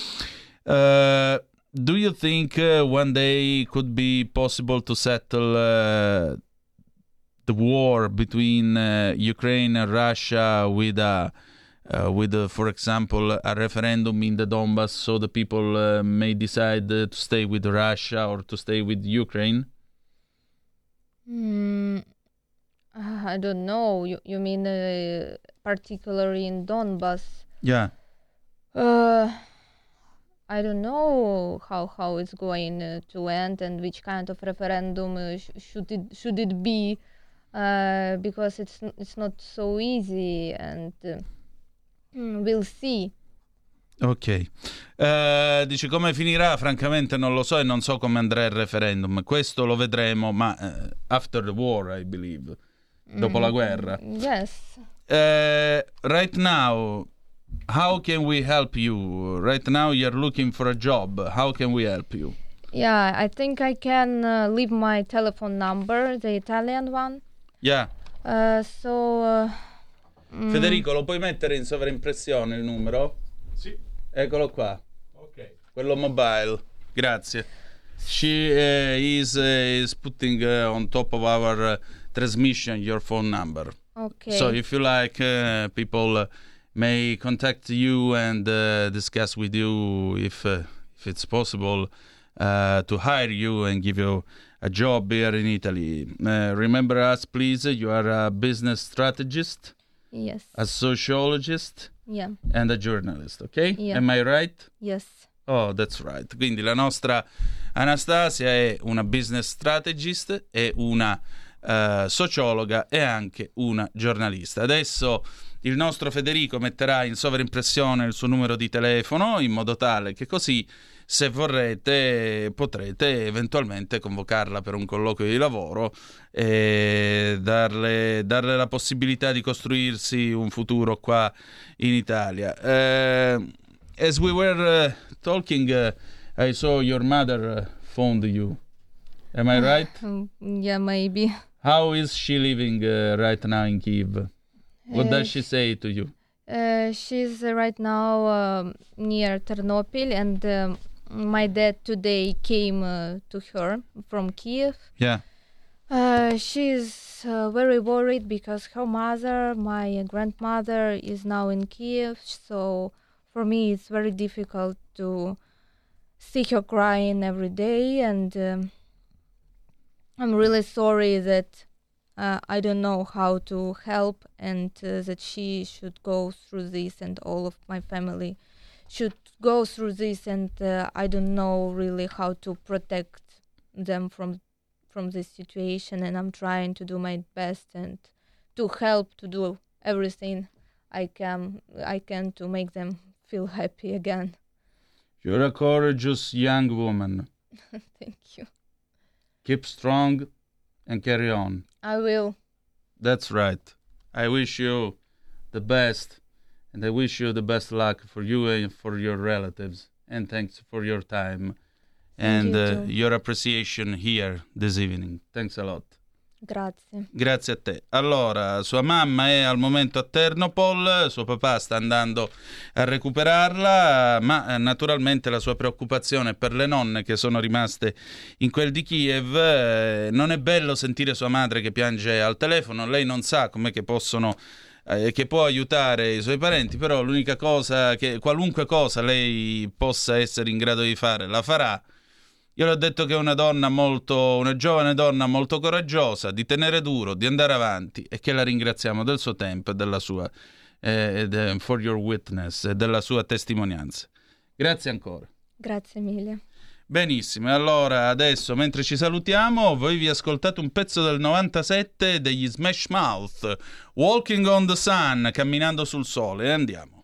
Uh, Do you think uh, one day could be possible to settle uh, the war between uh, Ukraine and Russia with, a, uh, with a, for example, a referendum in the Donbass, so the people uh, may decide uh, to stay with Russia or to stay with Ukraine? Mm, I don't know. You you mean uh, particularly in Donbass? Yeah. Uh, I don't know how how it's going uh, to end and which kind of referendum uh, sh- should it should it be, uh, because it's n- it's not so easy, and uh, we'll see. Ok, uh, dice come finirà, francamente non lo so e non so come andrà il referendum, questo lo vedremo, ma uh, after the war, I believe, dopo mm, la guerra. Yes. Uh, right now, how can we help you? Right now you're looking for a job, how can we help you? Yeah, I think I can uh, leave my telephone number, the Italian one. Yeah. Uh, so... Uh, mm. Federico, lo puoi mettere in sovraimpressione il numero? Sì. Eccolo qua. Ok. Quello mobile. Grazie. She uh, is, uh, is putting uh, on top of our uh, transmission your phone number. Okay. So if you like, uh, people uh, may contact you and uh, discuss with you if uh, if it's possible uh, to hire you and give you a job here in Italy. Uh, remember us, please. You are a business strategist, yes, a sociologist, yeah, and a journalist, okay? Yeah. Am I right? Yes. Oh, that's right. Quindi la nostra Anastasia è una business strategist, è una uh, sociologa e anche una giornalista. Adesso il nostro Federico metterà in sovraimpressione il suo numero di telefono in modo tale che così, se vorrete, potrete eventualmente convocarla per un colloquio di lavoro e darle, darle la possibilità di costruirsi un futuro qua in Italia. Uh, as we were uh, talking, uh, I saw your mother uh, phoned you. Am I right? Um, yeah, maybe. How is she living uh, right now in Kyiv? What Uh, does she say to you? Uh, she's uh, right now um, near Ternopil, and um, my dad today came uh, to her from Kiev. Yeah. Uh, she's uh, very worried because her mother, my grandmother, is now in Kiev. So for me, it's very difficult to see her crying every day, and um, I'm really sorry that uh, I don't know how to help, and uh, that she should go through this, and all of my family should go through this, and uh, I don't know really how to protect them from from this situation, and I'm trying to do my best and to help to do everything I can I can to make them feel happy again. You're a courageous young woman. Thank you. Keep strong and carry on. I will. That's right. I wish you the best, and I wish you the best luck for you and for your relatives. And thanks for your time and you uh, too. your appreciation here this evening. Thanks a lot. Grazie. Grazie a te. Allora, sua mamma è al momento a Ternopil, suo papà sta andando a recuperarla, ma eh, naturalmente la sua preoccupazione è per le nonne che sono rimaste in quel di Kiev. Eh, non è bello sentire sua madre che piange al telefono, lei non sa com'è che possono eh, che può aiutare i suoi parenti, però l'unica cosa che qualunque cosa lei possa essere in grado di fare la farà. Io le ho detto che è una donna molto, una giovane donna molto coraggiosa, di tenere duro, di andare avanti, e che la ringraziamo del suo tempo e della sua eh, de, for your witness e della sua testimonianza. Grazie ancora. Grazie mille. Benissimo, e allora adesso mentre ci salutiamo voi vi ascoltate un pezzo del novantasette degli Smash Mouth, Walking on the Sun, camminando sul sole, e andiamo.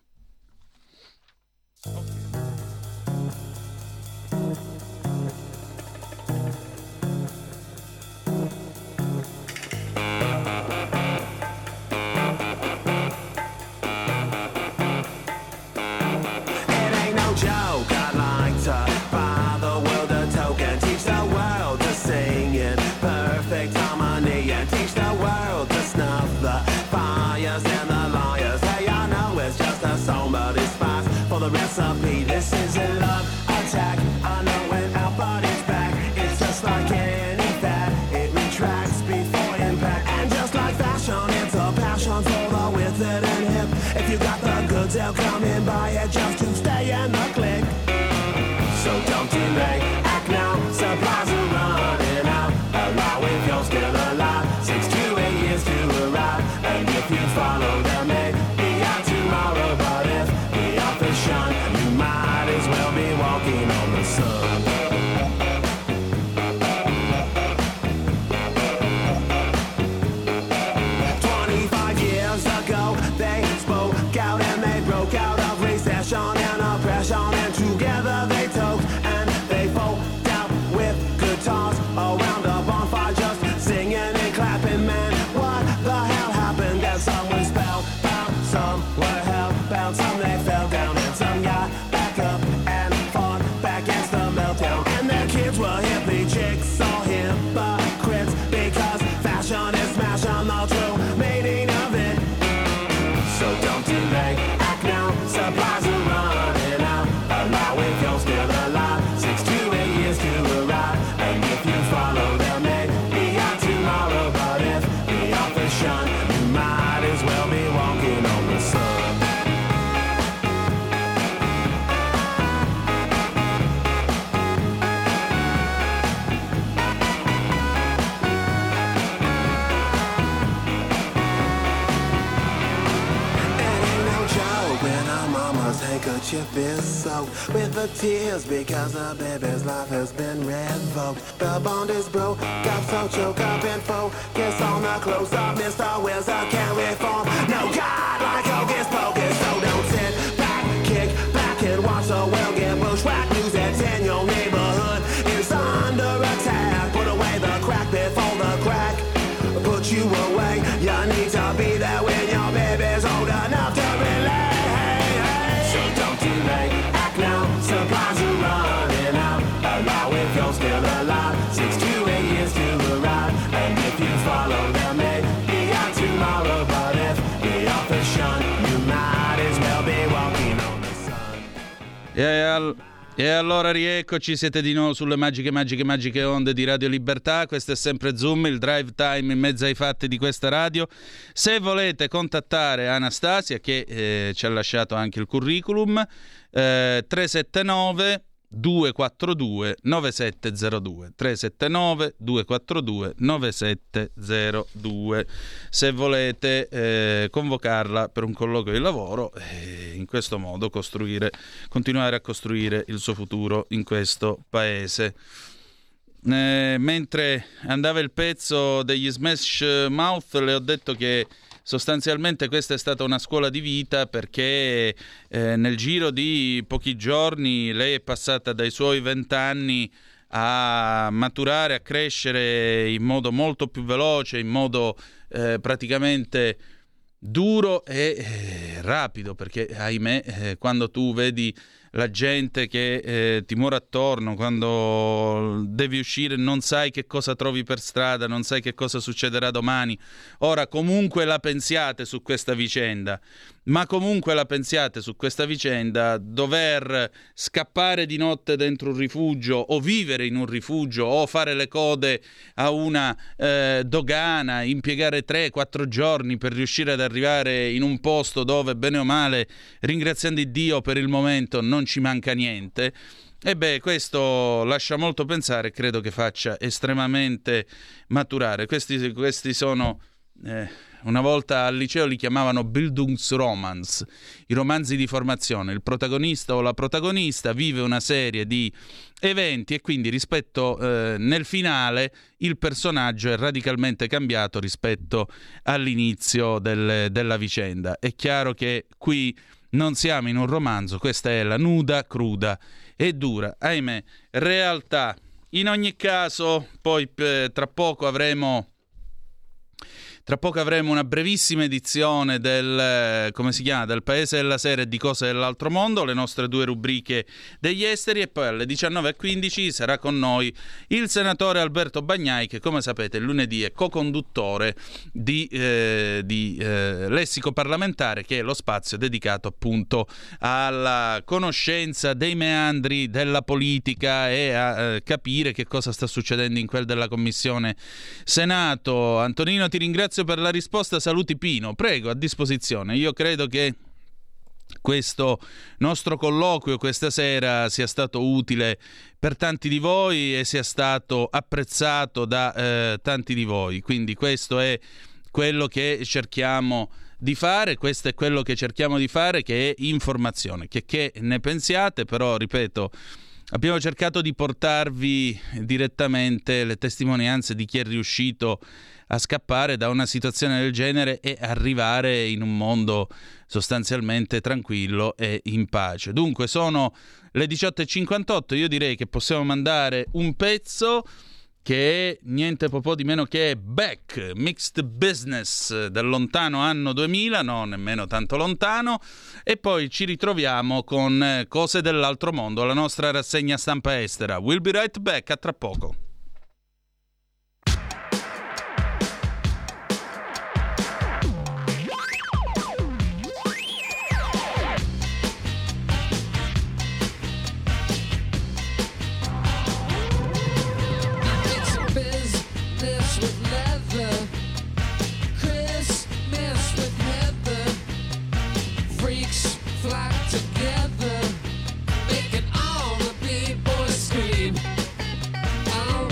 Recipe. This is a love attack. I know when our body's back, it's just like any fat. It retracts before impact, and just like fashion, it's a passion for the withered and hip. If you got the goods, they'll come and buy it just to stay in the clique. So don't delay, act now. Supplies are running out. Allow if you're still alive. Six to eight years to arrive, and if you follow them, may be out tomorrow. But if the office shine, you might as well be walking on the sun. Twenty-five years ago, they spoke out and they broke out of recession and oppression, and together they talked and they folk out with guitars around a bonfire, just singing and clapping. Man, what the hell happened? And some were spellbound, some were hellbound, some they fell down, and some got back up and fought back against the meltdown. soaked with the tears because the baby's life has been revoked. The bond is broke, got so choke up and focus on the close up. Mister Wizard can't reform. No God like Hocus Pocus, so don't sit back, kick back and watch the world get bushwhacked. News that's in your neighborhood is under attack. Put away the crack before the crack put you away. You need to be there when your baby's old enough to relate. So don't delay, act now, supplies are running out. Allow if you're still alive, six to eight years to arrive. And if you follow them, maybe out tomorrow. But if the office shun, you might as well be walking on the sun. Yeah, E allora rieccoci, siete di nuovo sulle magiche, magiche, magiche onde di Radio Libertà. Questo è sempre Zoom, il drive time in mezzo ai fatti di questa radio. Se volete contattare Anastasia, che eh, ci ha lasciato anche il curriculum, eh, tre sette nove due quattro due nove sette zero due tre sette nove due quattro due nove sette zero due. Se volete eh, convocarla per un colloquio di lavoro e in questo modo costruire continuare a costruire il suo futuro in questo paese. Eh, mentre andava il pezzo degli Smash Mouth, le ho detto che sostanzialmente questa è stata una scuola di vita, perché eh, nel giro di pochi giorni lei è passata dai suoi vent'anni a maturare, a crescere in modo molto più veloce, in modo eh, praticamente duro e eh, rapido, perché ahimè eh, quando tu vedi la gente che eh, ti muore attorno, quando devi uscire non sai che cosa trovi per strada, non sai che cosa succederà domani. Ora comunque la pensiate su questa vicenda, ma comunque la pensiate su questa vicenda, dover scappare di notte dentro un rifugio o vivere in un rifugio o fare le code a una eh, dogana, impiegare tre quattro giorni per riuscire ad arrivare in un posto dove bene o male, ringraziando Dio per il momento, non ci manca niente. E beh, questo lascia molto pensare e credo che faccia estremamente maturare. Questi, questi sono eh, una volta al liceo li chiamavano Bildungsromans, i romanzi di formazione. Il protagonista o la protagonista vive una serie di eventi e quindi rispetto eh, nel finale il personaggio è radicalmente cambiato rispetto all'inizio del, della vicenda. È chiaro che qui non siamo in un romanzo, questa è la nuda, cruda e dura, ahimè, realtà. In ogni caso, poi eh, tra poco avremo Tra poco avremo una brevissima edizione del, come si chiama, del Paese della Sera e di Cose dell'Altro Mondo, le nostre due rubriche degli esteri, e poi alle diciannove e quindici sarà con noi il senatore Alberto Bagnai, che come sapete lunedì è co-conduttore di, eh, di eh, Lessico Parlamentare, che è lo spazio dedicato appunto alla conoscenza dei meandri della politica e a eh, capire che cosa sta succedendo in quel della Commissione Senato. Antonino, ti ringrazio per la risposta. Saluti Pino, prego, a disposizione. Io credo che questo nostro colloquio questa sera sia stato utile per tanti di voi e sia stato apprezzato da eh, tanti di voi, quindi questo è quello che cerchiamo di fare, questo è quello che cerchiamo di fare, che è informazione. Che che ne pensiate, però ripeto, abbiamo cercato di portarvi direttamente le testimonianze di chi è riuscito a scappare da una situazione del genere e arrivare in un mondo sostanzialmente tranquillo e in pace. Dunque sono le diciotto e cinquantotto, io direi che possiamo mandare un pezzo che è niente po' di meno che Beck, Mixed Business, del lontano anno duemila, no, nemmeno tanto lontano, e poi ci ritroviamo con Cose dell'Altro Mondo, la nostra rassegna stampa estera. We'll be right back, a tra poco. Together, making all the big boys scream. I'm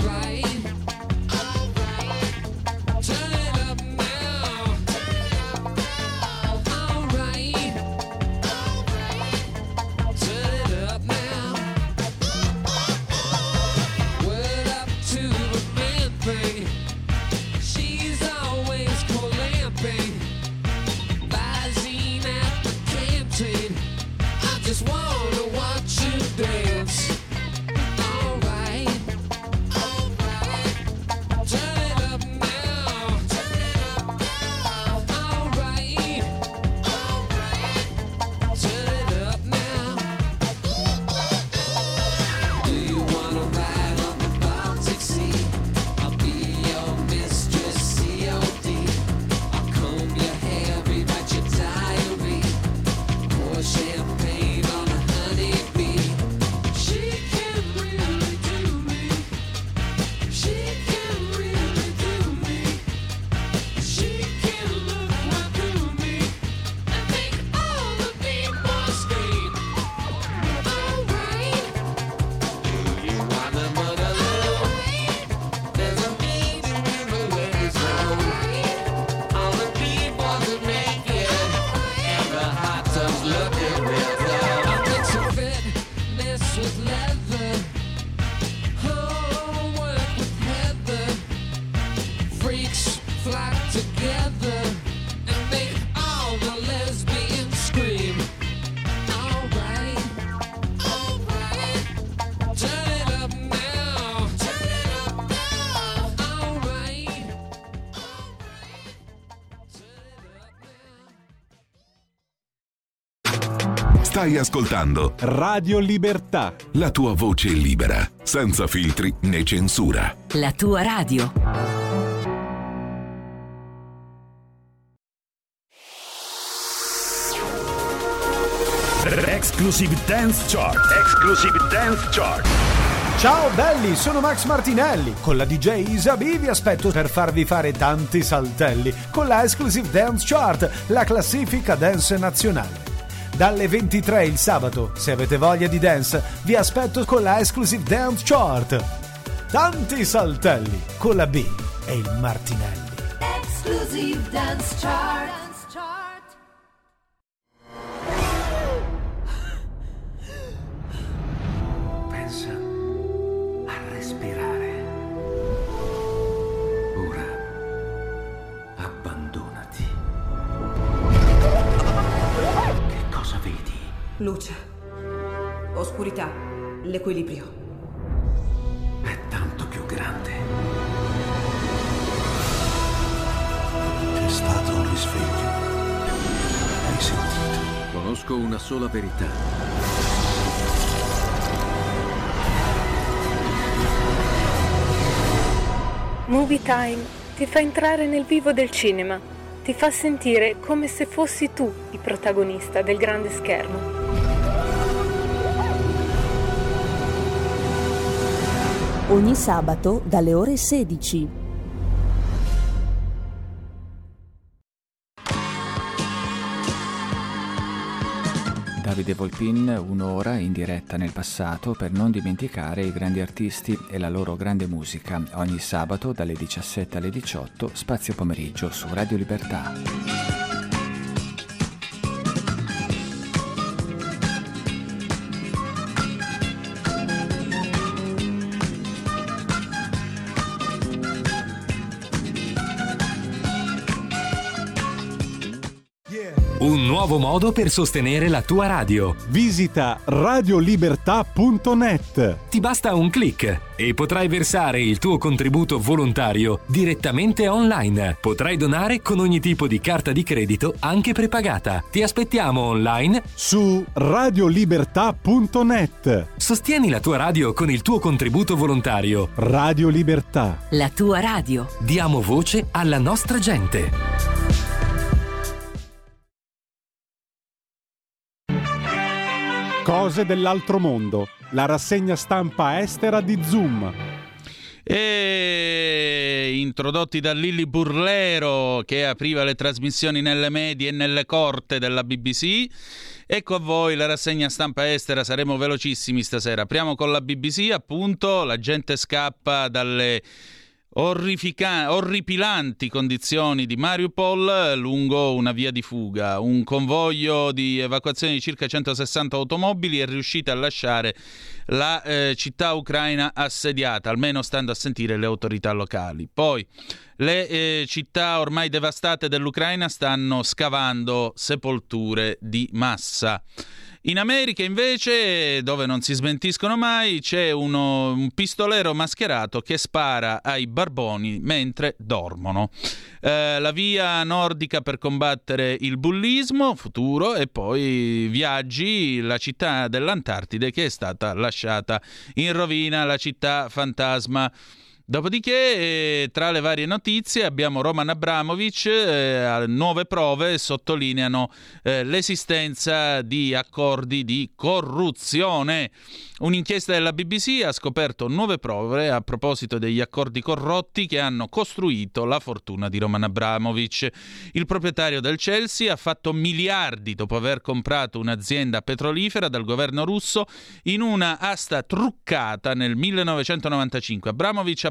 leather. Oh, work with heather. Freaks flock together and make all the lesbians scream. All right, all right, turn it up now, turn it up now. All right, all right, turn it up now. Stai ascoltando Radio Libertà. la tua voce libera, senza filtri né censura. La tua radio. Exclusive Dance Chart. Exclusive Dance Chart. Ciao belli, sono Max Martinelli. Con la D J Isabi vi aspetto per farvi fare tanti saltelli con la Exclusive Dance Chart, la classifica dance nazionale. Dalle ventitré il sabato, se avete voglia di dance, vi aspetto con la Exclusive Dance Chart. Tanti saltelli con la B e il Martinelli. Exclusive Dance Chart. Pensa a respirare. Ora abbandonati. Che cosa vedi? Luce, oscurità, l'equilibrio. È tanto più grande. C'è stato un risveglio. Hai sentito? Conosco una sola verità. Movie Time ti fa entrare nel vivo del cinema, ti fa sentire come se fossi tu il protagonista del grande schermo. Ogni sabato dalle ore sedici. Davide Volpin, un'ora in diretta nel passato per non dimenticare i grandi artisti e la loro grande musica. Ogni sabato dalle diciassette alle diciotto, spazio pomeriggio su Radio Libertà. Un nuovo modo per sostenere la tua radio. Visita radiolibertà punto net. Ti basta un click e potrai versare il tuo contributo volontario direttamente online. Potrai donare con ogni tipo di carta di credito, anche prepagata. Ti aspettiamo online su radiolibertà punto net. Sostieni la tua radio con il tuo contributo volontario. Radio Libertà. La tua radio. Diamo voce alla nostra gente. Cose dell'altro mondo, la rassegna stampa estera di Zoom. E introdotti da Lilli Burlero, che apriva le trasmissioni nelle medie e nelle corte della B B C. Ecco a voi la rassegna stampa estera, saremo velocissimi stasera. Apriamo con la B B C, appunto, la gente scappa dalle Orrifica- orripilanti condizioni di Mariupol lungo una via di fuga. Un convoglio di evacuazione di circa centosessanta automobili è riuscito a lasciare la eh, città ucraina assediata, almeno stando a sentire le autorità locali. Poi le eh, città ormai devastate dell'Ucraina stanno scavando sepolture di massa. In America invece, dove non si smentiscono mai, c'è uno, un pistolero mascherato che spara ai barboni mentre dormono. Eh, la via nordica per combattere il bullismo futuro, e poi viaggi, la città dell'Antartide che è stata lasciata in rovina, la città fantasma. Dopodiché, eh, tra le varie notizie, abbiamo Roman Abramovich, eh, nuove prove sottolineano eh, l'esistenza di accordi di corruzione. Un'inchiesta della B B C ha scoperto nuove prove a proposito degli accordi corrotti che hanno costruito la fortuna di Roman Abramovich. Il proprietario del Chelsea ha fatto miliardi dopo aver comprato un'azienda petrolifera dal governo russo in una asta truccata nel millenovecentonovantacinque. Abramovich ha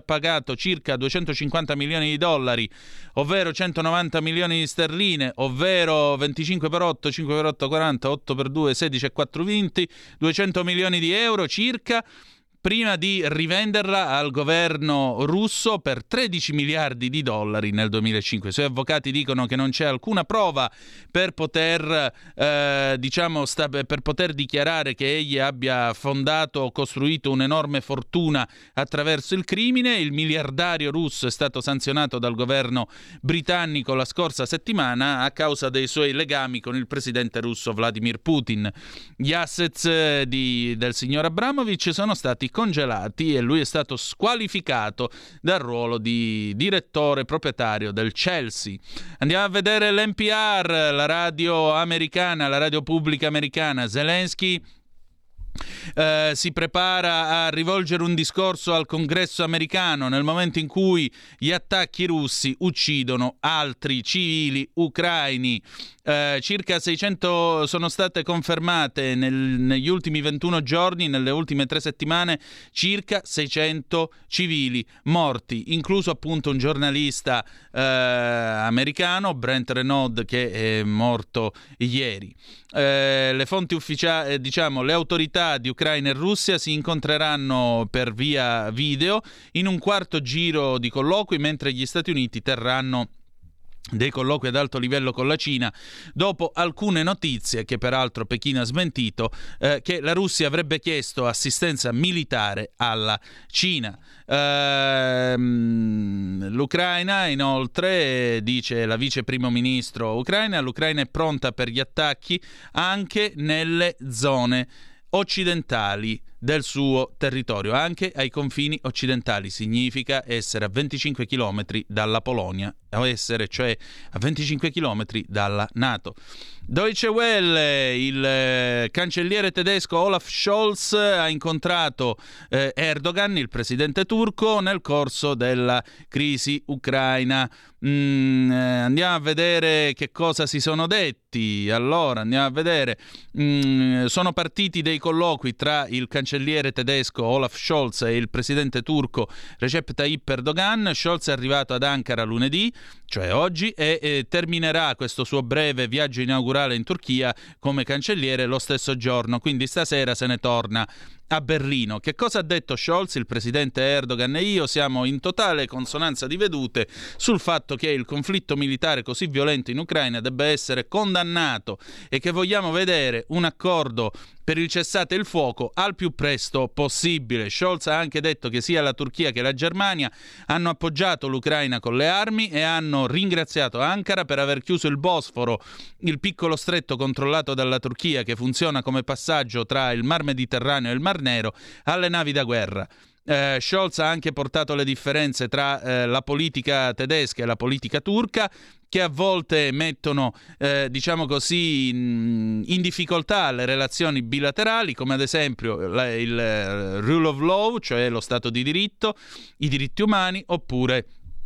pagato circa duecentocinquanta milioni di dollari, ovvero centonovanta milioni di sterline, ovvero venticinque per otto, cinque per otto, quaranta, otto per due, sedici e quattro vinti, duecento milioni di euro circa, prima di rivenderla al governo russo per tredici miliardi di dollari nel duemilacinque. I suoi avvocati dicono che non c'è alcuna prova per poter, eh, diciamo, sta- per poter dichiarare che egli abbia fondato o costruito un'enorme fortuna attraverso il crimine. Il miliardario russo è stato sanzionato dal governo britannico la scorsa settimana a causa dei suoi legami con il presidente russo Vladimir Putin. Gli assets di, del signor Abramovich sono stati congelati e lui è stato squalificato dal ruolo di direttore proprietario del Chelsea. Andiamo a vedere l'N P R, la radio americana, la radio pubblica americana. Zelensky Uh, si prepara a rivolgere un discorso al Congresso americano nel momento in cui gli attacchi russi uccidono altri civili ucraini. Uh, circa seicento sono state confermate nel, negli ultimi ventuno giorni, nelle ultime tre settimane, circa seicento civili morti, incluso appunto un giornalista uh, americano, Brent Renaud, che è morto ieri. Uh, le fonti ufficiali, diciamo, le autorità di Ucraina e Russia si incontreranno per via video in un quarto giro di colloqui, mentre gli Stati Uniti terranno dei colloqui ad alto livello con la Cina, dopo alcune notizie che peraltro Pechino ha smentito, eh, che la Russia avrebbe chiesto assistenza militare alla Cina. Ehm, l'Ucraina inoltre, dice la vice primo ministro ucraina, l'Ucraina è pronta per gli attacchi anche nelle zone occidentali del suo territorio, anche ai confini occidentali. Significa essere a venticinque chilometri dalla Polonia, o essere cioè a venticinque chilometri dalla NATO. Deutsche Welle, il eh, cancelliere tedesco Olaf Scholz ha incontrato eh, Erdogan, il presidente turco, nel corso della crisi ucraina. Mm, eh, andiamo a vedere che cosa si sono detti. Allora, andiamo a vedere. Mm, sono partiti dei colloqui tra il cancelliere tedesco Olaf Scholz e il presidente turco Recep Tayyip Erdogan. Scholz è arrivato ad Ankara lunedì, cioè oggi, e, e terminerà questo suo breve viaggio inaugurale in Turchia come cancelliere lo stesso giorno, quindi stasera se ne torna a Berlino. Che cosa ha detto Scholz? Il presidente Erdogan e io siamo in totale consonanza di vedute sul fatto che il conflitto militare così violento in Ucraina debba essere condannato e che vogliamo vedere un accordo per il cessate il fuoco al più presto possibile. Scholz ha anche detto che sia la Turchia che la Germania hanno appoggiato l'Ucraina con le armi e hanno ringraziato Ankara per aver chiuso il Bosforo, il piccolo stretto controllato dalla Turchia che funziona come passaggio tra il Mar Mediterraneo e il Mar Nero, alle navi da guerra. Eh, Scholz ha anche portato le differenze tra eh, la politica tedesca e la politica turca, che a volte mettono, eh, diciamo così, in, in difficoltà le relazioni bilaterali, come ad esempio la, il uh, rule of law, cioè lo Stato di diritto, i diritti umani, oppure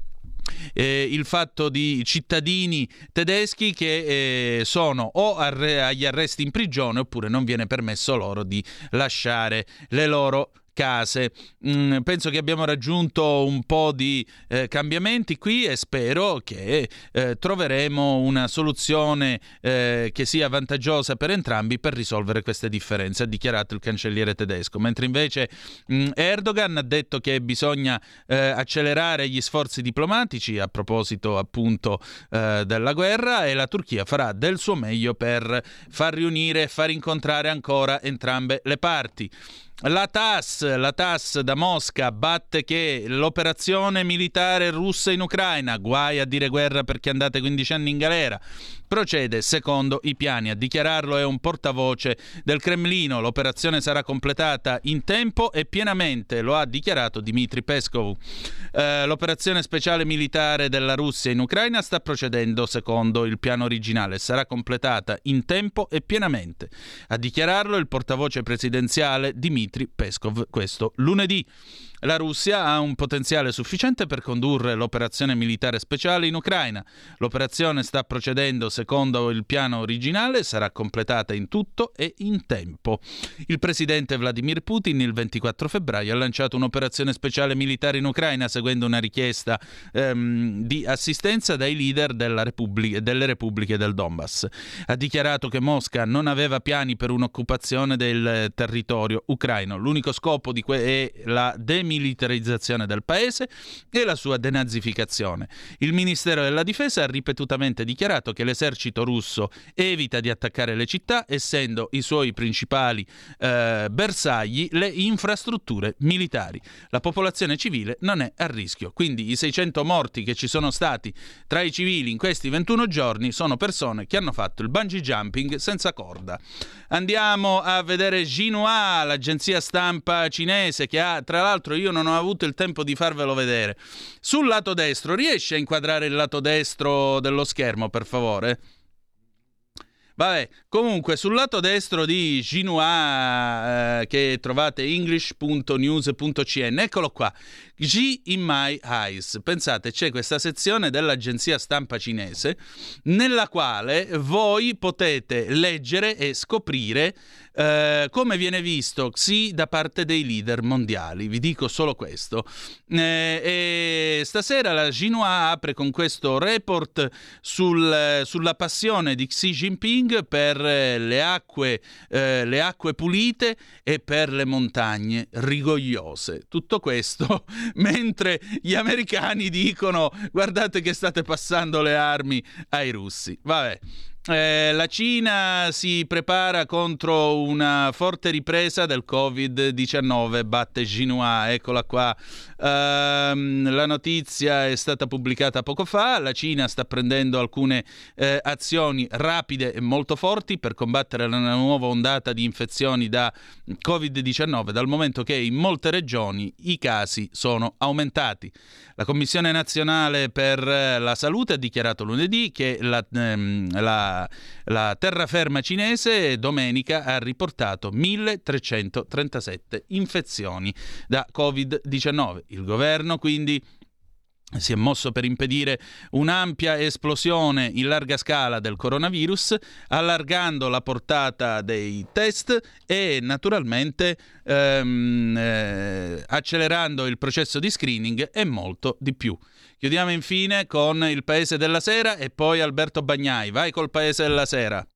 Eh, il fatto di cittadini tedeschi che eh, sono o arre- agli arresti in prigione oppure non viene permesso loro di lasciare le loro case. Mm, penso che abbiamo raggiunto un po' di eh, cambiamenti qui e spero che eh, troveremo una soluzione eh, che sia vantaggiosa per entrambi per risolvere queste differenze, ha dichiarato il cancelliere tedesco. Mentre invece mm, Erdogan ha detto che bisogna eh, accelerare gli sforzi diplomatici a proposito appunto eh, della guerra, e la Turchia farà del suo meglio per far riunire e far incontrare ancora entrambe le parti. La TASS, la TASS da Mosca batte che l'operazione militare russa in Ucraina, guai a dire guerra perché andate quindici anni in galera, procede secondo i piani. A dichiararlo è un portavoce del Cremlino. L'operazione sarà completata in tempo e pienamente, lo ha dichiarato Dmitry Peskov. Eh, l'operazione speciale militare della Russia in Ucraina sta procedendo secondo il piano originale, sarà completata in tempo e pienamente. A dichiararlo il portavoce presidenziale Dmitry Dmitry Peskov questo lunedì. La Russia ha un potenziale sufficiente per condurre l'operazione militare speciale in Ucraina. L'operazione sta procedendo secondo il piano originale, sarà completata in tutto e in tempo. Il presidente Vladimir Putin il ventiquattro febbraio ha lanciato un'operazione speciale militare in Ucraina seguendo una richiesta ehm, di assistenza dai leader della Repubblica, delle repubbliche del Donbass. Ha dichiarato che Mosca non aveva piani per un'occupazione del territorio ucraino. L'unico scopo di que- è la demilitarizzazione del paese e la sua denazificazione. Il Ministero della Difesa ha ripetutamente dichiarato che l'esercito russo evita di attaccare le città, essendo i suoi principali eh, bersagli le infrastrutture militari. La popolazione civile non è a rischio, quindi i seicento morti che ci sono stati tra i civili in questi ventuno giorni sono persone che hanno fatto il bungee jumping senza corda. Andiamo a vedere Xinhua, l'agenzia stampa cinese, che ha, tra l'altro io non ho avuto il tempo di farvelo vedere. Sul lato destro, riesci a inquadrare il lato destro dello schermo, per favore? Vabbè, comunque sul lato destro di Xinhua, eh, che trovate english punto news punto c n, eccolo qua, Xi in my eyes. Pensate, c'è questa sezione dell'agenzia stampa cinese nella quale voi potete leggere e scoprire eh, come viene visto Xi da parte dei leader mondiali. Vi dico solo questo. Eh, e stasera la Xinhua apre con questo report sul, sulla passione di Xi Jinping per le acque, eh, le acque pulite e per le montagne rigogliose. Tutto questo mentre gli americani dicono: guardate che state passando le armi ai russi. Vabbè. Eh, la Cina si prepara contro una forte ripresa del covid diciannove, batte Xinhua, eccola qua. Uh, la notizia è stata pubblicata poco fa. La Cina sta prendendo alcune eh, azioni rapide e molto forti per combattere la nuova ondata di infezioni da covid diciannove, dal momento che in molte regioni i casi sono aumentati. La Commissione Nazionale per la Salute ha dichiarato lunedì che la, ehm, la, la terraferma cinese domenica ha riportato milletrecentotrentasette infezioni da covid diciannove. Il governo quindi si è mosso per impedire un'ampia esplosione in larga scala del coronavirus, allargando la portata dei test e naturalmente ehm, eh, accelerando il processo di screening e molto di più. Chiudiamo infine con il Paese della Sera e poi Alberto Bagnai. Vai col Paese della Sera.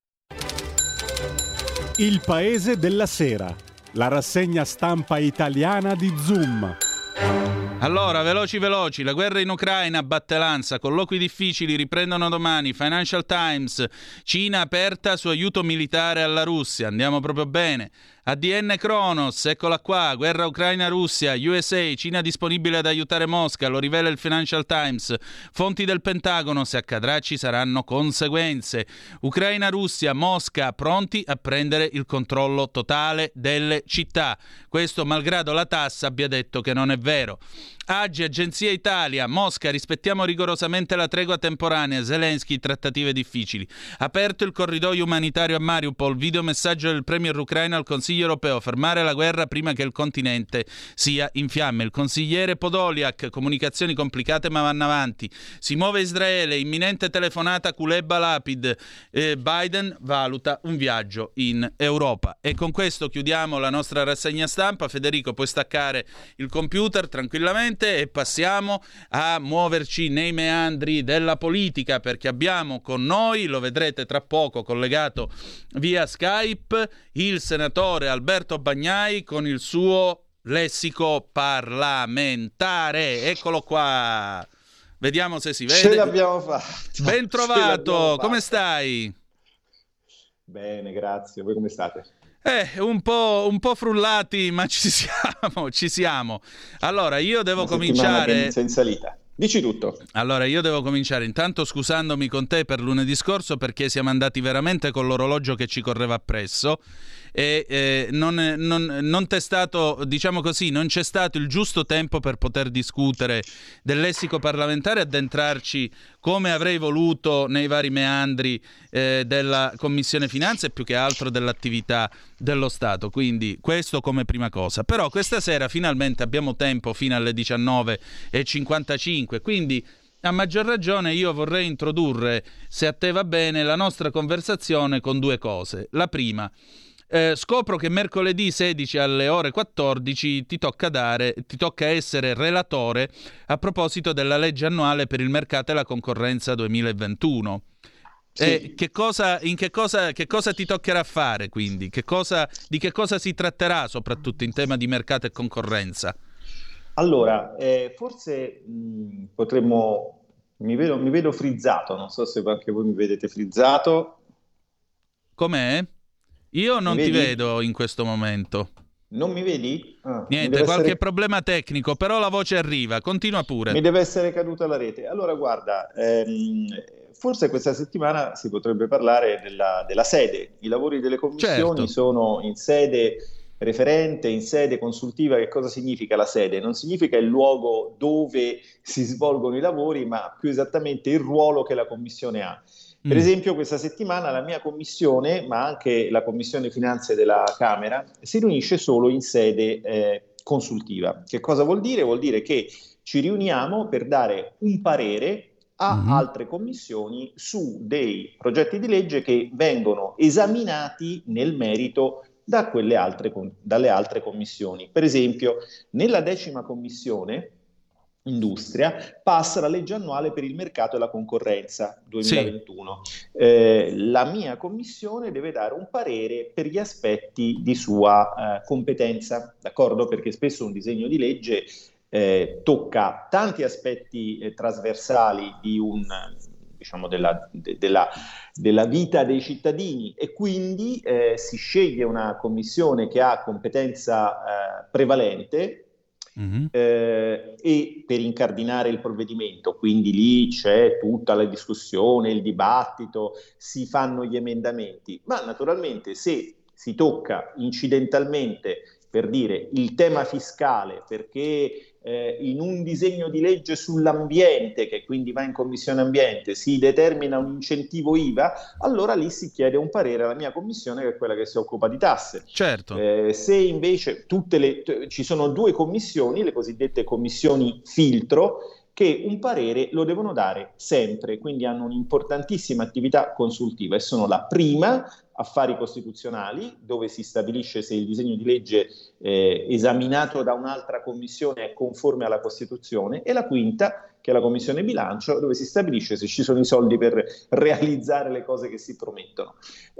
Il Paese della Sera, la rassegna stampa italiana di Zoom. Allora, veloci veloci, la guerra in Ucraina batte l'ansia, colloqui difficili riprendono domani, Financial Times, Cina aperta su aiuto militare alla Russia, andiamo proprio bene. A D N Kronos, eccola qua, guerra Ucraina-Russia, U S A, Cina disponibile ad aiutare Mosca, lo rivela il Financial Times. Fonti del Pentagono, se accadrà ci saranno conseguenze. Ucraina-Russia, Mosca pronti a prendere il controllo totale delle città. Questo malgrado la Tass abbia detto che non è vero. A G I, Agenzia Italia, Mosca, rispettiamo rigorosamente la tregua temporanea, Zelensky, trattative difficili. Aperto il corridoio umanitario a Mariupol, videomessaggio del premier ucraino al Consiglio europeo, fermare la guerra prima che il continente sia in fiamme. Il consigliere Podoliak, comunicazioni complicate ma vanno avanti. Si muove Israele, imminente telefonata Kuleba-Lapid, eh, Biden valuta un viaggio in Europa. E con questo chiudiamo la nostra rassegna stampa. Federico, puoi staccare il computer tranquillamente e passiamo a muoverci nei meandri della politica, perché abbiamo con noi, lo vedrete tra poco collegato via Skype, il senatore Alberto Bagnai con il suo lessico parlamentare. Eccolo qua, vediamo se si vede. Ce l'abbiamo fatta. Ben trovato, come stai? Bene, grazie. Voi come state? Eh, un po', un po' frullati, ma ci siamo, ci siamo. Allora, io devo Una cominciare... in salita. Dici tutto. Allora, io devo cominciare intanto scusandomi con te per lunedì scorso, perché siamo andati veramente con l'orologio che ci correva appresso e eh, non, non, non c'è stato, diciamo così, non c'è stato il giusto tempo per poter discutere del lessico parlamentare e addentrarci come avrei voluto nei vari meandri eh, della Commissione Finanze e più che altro dell'attività dello Stato. Quindi questo come prima cosa. Però questa sera finalmente abbiamo tempo fino alle diciannove e cinquantacinque, quindi a maggior ragione io vorrei introdurre, se a te va bene, la nostra conversazione con due cose. La prima, eh, scopro che mercoledì sedici alle ore quattordici ti tocca dare, ti tocca essere relatore a proposito della legge annuale per il mercato e la concorrenza duemilaventuno. Sì. E che cosa, in che cosa, che cosa ti toccherà fare, quindi? Che cosa, di che cosa si tratterà, soprattutto in tema di mercato e concorrenza? Allora, eh, forse mh, potremmo... Mi vedo, mi vedo frizzato, non so se anche voi mi vedete frizzato. Com'è? Io non mi ti vedi? vedo in questo momento. Non mi vedi? Ah, Niente, mi qualche essere... problema tecnico, però la voce arriva, continua pure. Mi deve essere caduta la rete. Allora, guarda, ehm, forse questa settimana si potrebbe parlare della, della sede. I lavori delle commissioni Certo. sono in sede referente, in sede consultiva. Che cosa significa la sede? Non significa il luogo dove si svolgono i lavori, ma più esattamente il ruolo che la commissione ha. Per Mm. esempio, questa settimana la mia commissione, ma anche la Commissione Finanze della Camera, si riunisce solo in sede eh, consultiva. Che cosa vuol dire? Vuol dire che ci riuniamo per dare un parere a Mhm. altre commissioni su dei progetti di legge che vengono esaminati nel merito da quelle altre, com- dalle altre commissioni. Per esempio, nella decima commissione Industria passa la legge annuale per il mercato e la concorrenza duemilaventuno. Eh, la mia commissione deve dare un parere per gli aspetti di sua eh, competenza, d'accordo? Perché spesso un disegno di legge eh, tocca tanti aspetti eh, trasversali di un diciamo della, de, della, della vita dei cittadini e quindi eh, si sceglie una commissione che ha competenza eh, prevalente Mm-hmm. eh, e per incardinare il provvedimento, quindi lì c'è tutta la discussione, il dibattito, si fanno gli emendamenti, ma naturalmente se si tocca incidentalmente, per dire, il tema fiscale, perché eh, in un disegno di legge sull'ambiente, che quindi va in commissione ambiente, si determina un incentivo I V A, allora lì si chiede un parere alla mia commissione, che è quella che si occupa di tasse. Certo. Eh, se invece tutte le, t- ci sono due commissioni, le cosiddette commissioni filtro, che un parere lo devono dare sempre, quindi hanno un'importantissima attività consultiva e sono la prima, affari costituzionali, dove si stabilisce se il disegno di legge eh, esaminato da un'altra commissione è conforme alla Costituzione, e la quinta, che è la commissione bilancio, dove si stabilisce se ci sono i soldi per realizzare le cose che si promettono.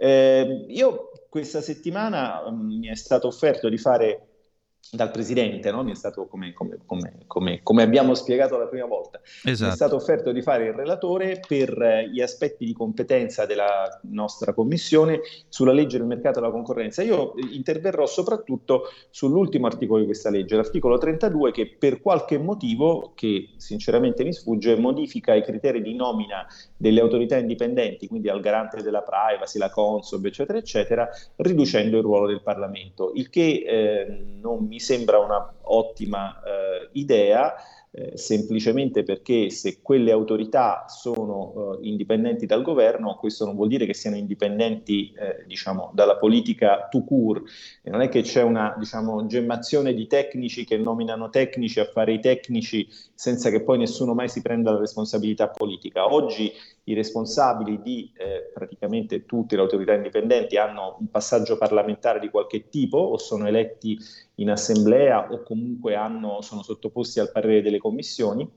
Eh, io questa settimana mh, mi è stato offerto di fare dal Presidente, no? Mi è stato, come, come, come, come, come abbiamo spiegato la prima volta, Esatto. mi è stato offerto di fare il relatore per eh, gli aspetti di competenza della nostra Commissione sulla legge del mercato e della concorrenza. Io interverrò soprattutto sull'ultimo articolo di questa legge, l'articolo trentadue, che per qualche motivo, che sinceramente mi sfugge, modifica i criteri di nomina delle autorità indipendenti, quindi al garante della privacy, la Consob, eccetera, eccetera, riducendo il ruolo del Parlamento, il che eh, non mi sembra una ottima eh, idea, eh, semplicemente perché se quelle autorità sono eh, indipendenti dal governo, questo non vuol dire che siano indipendenti eh, diciamo dalla politica tout court, e non è che c'è una diciamo gemmazione di tecnici che nominano tecnici a fare i tecnici senza che poi nessuno mai si prenda la responsabilità politica. Oggi i responsabili di eh, praticamente tutte le autorità indipendenti hanno un passaggio parlamentare di qualche tipo, o sono eletti in assemblea o comunque hanno, sono sottoposti al parere delle commissioni.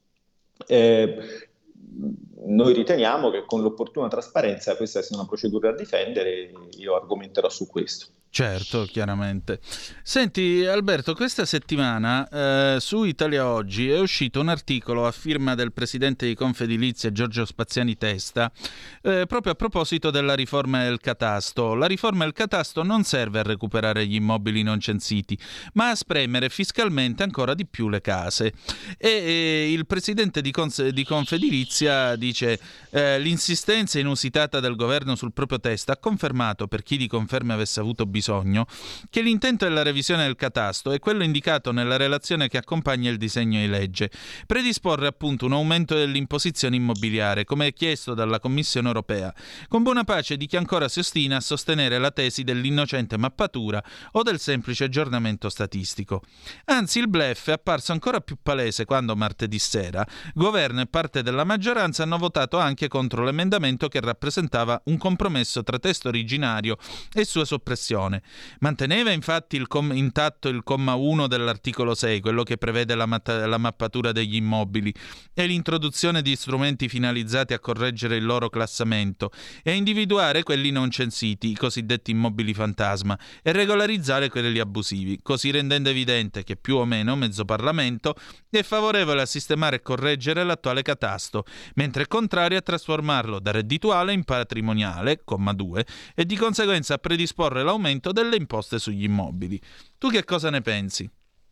Eh, noi riteniamo che con l'opportuna trasparenza questa sia una procedura da difendere, io argomenterò su questo. Certo, chiaramente. Senti Alberto, questa settimana eh, su Italia Oggi è uscito un articolo a firma del presidente di Confedilizia Giorgio Spaziani Testa eh, proprio a proposito della riforma del catasto. La riforma del catasto non serve a recuperare gli immobili non censiti, ma a spremere fiscalmente ancora di più le case. E, e il presidente di, Cons- di Confedilizia dice eh, l'insistenza inusitata del governo sul proprio Testa ha confermato, per chi di conferme avesse avuto bisogno bisogno, che l'intento della revisione del catasto è quello indicato nella relazione che accompagna il disegno di legge, predisporre appunto un aumento dell'imposizione immobiliare, come chiesto dalla Commissione europea, con buona pace di chi ancora si ostina a sostenere la tesi dell'innocente mappatura o del semplice aggiornamento statistico. Anzi, il bluff è apparso ancora più palese quando martedì sera governo e parte della maggioranza hanno votato anche contro l'emendamento che rappresentava un compromesso tra testo originario e sua soppressione. Manteneva infatti il com- intatto il comma uno dell'articolo sei, quello che prevede la, mat- la mappatura degli immobili e l'introduzione di strumenti finalizzati a correggere il loro classamento e a individuare quelli non censiti, i cosiddetti immobili fantasma, e regolarizzare quelli abusivi, così rendendo evidente che più o meno mezzo Parlamento è favorevole a sistemare e correggere l'attuale catasto, mentre è contrario a trasformarlo da reddituale in patrimoniale, comma due, e di conseguenza a predisporre l'aumento delle imposte sugli immobili. Tu che cosa ne pensi?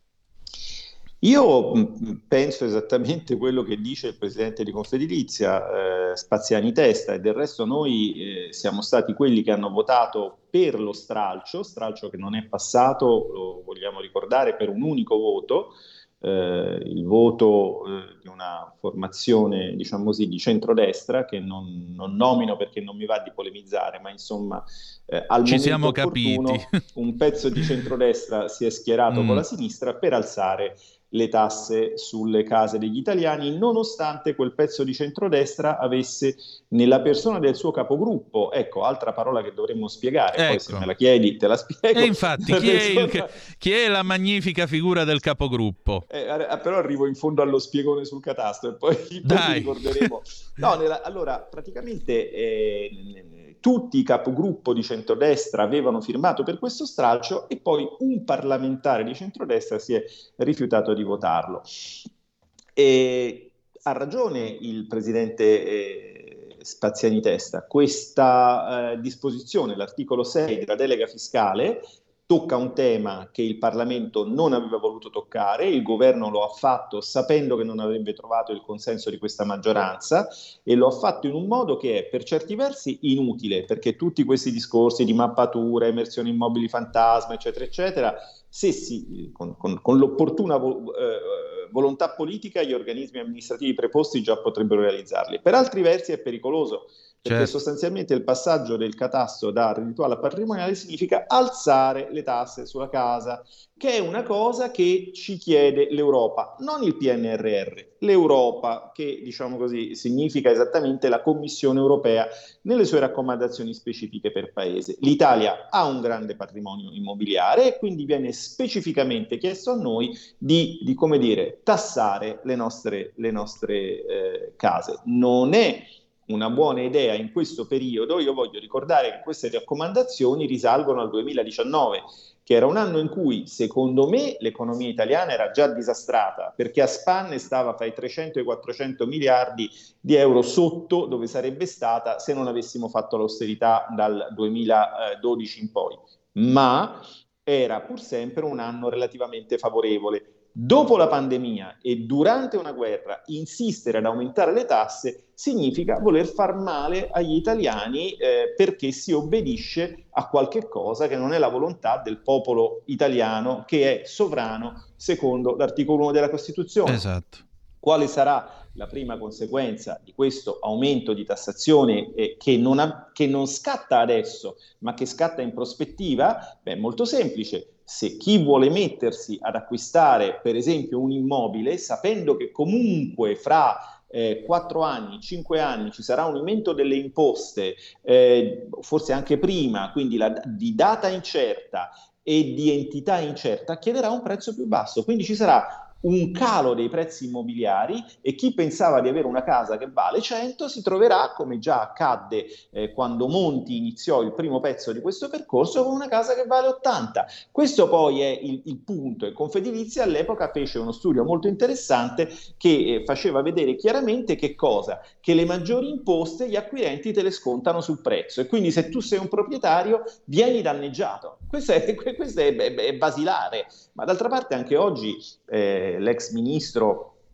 Io penso esattamente quello che dice il presidente di Confedilizia, eh, Spaziani Testa, e del resto noi eh, siamo stati quelli che hanno votato per lo stralcio, stralcio che non è passato, lo vogliamo ricordare, per un unico voto, eh, il voto eh, di una formazione, diciamo così, di centrodestra, che non, non nomino perché non mi va di polemizzare, ma insomma eh, al Ci momento siamo opportuno capiti. un pezzo di centrodestra si è schierato Mm. con la sinistra per alzare le tasse sulle case degli italiani, nonostante quel pezzo di centrodestra avesse nella persona del suo capogruppo, ecco, altra parola che dovremmo spiegare, Ecco. poi se me la chiedi te la spiego. E infatti, La chi è, il- persona- chi è la magnifica figura del capogruppo? Eh, eh, però arrivo in fondo allo spiegone sul catasto e poi, poi Dai. ci ricorderemo. No, nella- allora, praticamente eh, tutti i capogruppo di centrodestra avevano firmato per questo stralcio e poi un parlamentare di centrodestra si è rifiutato di votarlo. E ha ragione il presidente eh, Spaziani Testa, questa eh, disposizione, l'articolo sei della delega fiscale, tocca un tema che il Parlamento non aveva voluto toccare, il governo lo ha fatto sapendo che non avrebbe trovato il consenso di questa maggioranza e lo ha fatto in un modo che è per certi versi inutile, perché tutti questi discorsi di mappatura, emersione immobili fantasma, eccetera, eccetera, se si, con, con, con l'opportuna vo- eh, volontà politica gli organismi amministrativi preposti già potrebbero realizzarli. Per altri versi è pericoloso, perché Certo. sostanzialmente il passaggio del catasto da reddituale a patrimoniale significa alzare le tasse sulla casa, che è una cosa che ci chiede l'Europa, non il P N R R, l'Europa, che diciamo così significa esattamente la Commissione europea nelle sue raccomandazioni specifiche per paese. L'Italia ha un grande patrimonio immobiliare e quindi viene specificamente chiesto a noi di, di come dire, tassare le nostre, le nostre eh, case. Non è una buona idea in questo periodo. Io voglio ricordare che queste raccomandazioni risalgono al duemiladiciannove, che era un anno in cui, secondo me, l'economia italiana era già disastrata, perché a spanne stava fra i trecento e i quattrocento miliardi di euro sotto dove sarebbe stata se non avessimo fatto l'austerità dal duemiladodici in poi. Ma era pur sempre un anno relativamente favorevole. Dopo la pandemia e durante una guerra, insistere ad aumentare le tasse significa voler far male agli italiani eh, perché si obbedisce a qualche cosa che non è la volontà del popolo italiano, che è sovrano secondo l'articolo uno della Costituzione. Esatto. Quale sarà la prima conseguenza di questo aumento di tassazione eh, che, non ha, che non scatta adesso, ma che scatta in prospettiva? Beh, molto semplice. Se chi vuole mettersi ad acquistare, per esempio, un immobile, sapendo che comunque fra eh, quattro anni, cinque anni ci sarà un aumento delle imposte, eh, forse anche prima, quindi la, di data incerta e di entità incerta, chiederà un prezzo più basso. Quindi ci sarà un calo dei prezzi immobiliari e chi pensava di avere una casa che vale cento si troverà, come già accadde eh, quando Monti iniziò il primo pezzo di questo percorso, con una casa che vale ottanta. Questo poi è il, il punto, e Confedilizia all'epoca fece uno studio molto interessante che eh, faceva vedere chiaramente che cosa? Che le maggiori imposte gli acquirenti te le scontano sul prezzo e quindi se tu sei un proprietario vieni danneggiato. Questo è, questo è, è, è basilare, ma d'altra parte anche oggi eh, l'ex ministro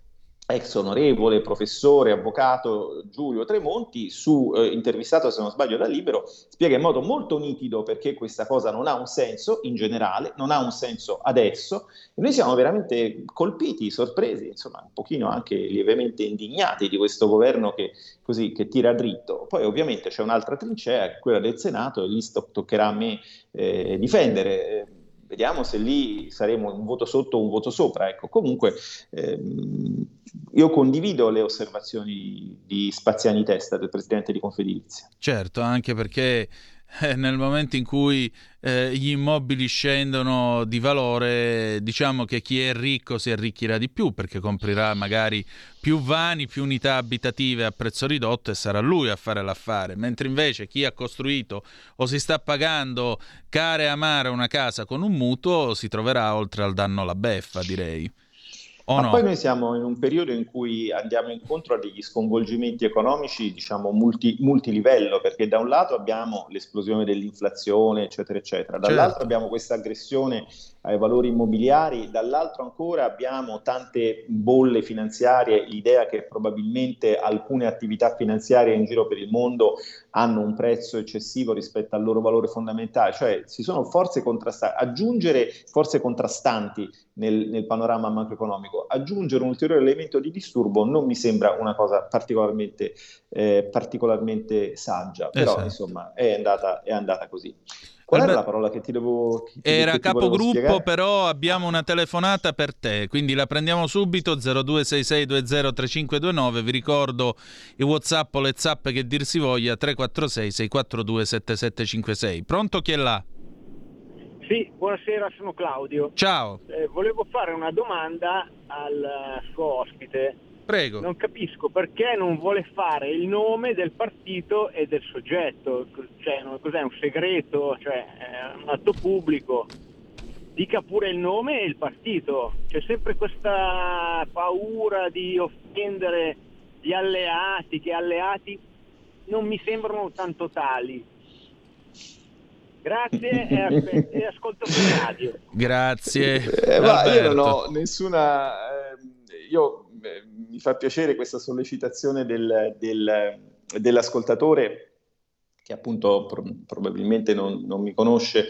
ex onorevole, professore, avvocato Giulio Tremonti, su eh, intervistato se non sbaglio da Libero, spiega in modo molto nitido perché questa cosa non ha un senso in generale, non ha un senso adesso, e noi siamo veramente colpiti, sorpresi, insomma un pochino anche lievemente indignati di questo governo che così che tira dritto. Poi ovviamente c'è un'altra trincea, quella del Senato, e lì sto, toccherà a me eh, difendere. Vediamo se lì saremo un voto sotto o un voto sopra. Ecco, comunque ehm, io condivido le osservazioni di Spaziani Testa, del presidente di Confedilizia. Certo, anche perché eh, nel momento in cui eh, gli immobili scendono di valore, diciamo che chi è ricco si arricchirà di più, perché comprirà magari più vani, più unità abitative a prezzo ridotto, e sarà lui a fare l'affare, mentre invece chi ha costruito o si sta pagando cara e amara una casa con un mutuo si troverà oltre al danno la beffa, direi. O Ma no? poi noi siamo in un periodo in cui andiamo incontro a degli sconvolgimenti economici, diciamo, multi, multilivello, perché da un lato abbiamo l'esplosione dell'inflazione, eccetera, eccetera, dall'altro Certo. abbiamo questa aggressione ai valori immobiliari, dall'altro ancora abbiamo tante bolle finanziarie, l'idea che probabilmente alcune attività finanziarie in giro per il mondo hanno un prezzo eccessivo rispetto al loro valore fondamentale, cioè ci sono forze contrastanti, aggiungere forze contrastanti nel, nel panorama macroeconomico, aggiungere un ulteriore elemento di disturbo non mi sembra una cosa particolarmente, eh, particolarmente saggia, però Esatto. insomma è andata, è andata così. Qual era la parola che ti devo che ti- Era che ti volevo capogruppo, spiegare? però abbiamo una telefonata per te, quindi la prendiamo subito. Zero due sei sei due zero tre cinque due nove. Vi ricordo i WhatsApp o le zapp che dir si voglia, tre quattro sei sei quattro due sette sette cinque sei. Pronto, chi è là? Sì, buonasera, sono Claudio. Ciao. Eh, volevo fare una domanda al eh, suo ospite. Prego. Non capisco perché non vuole fare il nome del partito e del soggetto. Cioè, non- cos'è un segreto? Cioè, è un atto pubblico. Dica pure il nome e il partito. C'è sempre questa paura di offendere gli alleati, che alleati non mi sembrano tanto tali. Grazie e, aspe- e ascolto per radio. Grazie. Eh, ma io non Alberto. ho nessuna. ehm, io eh, mi fa piacere questa sollecitazione del- del- dell'ascoltatore che appunto pro- probabilmente non, non mi conosce,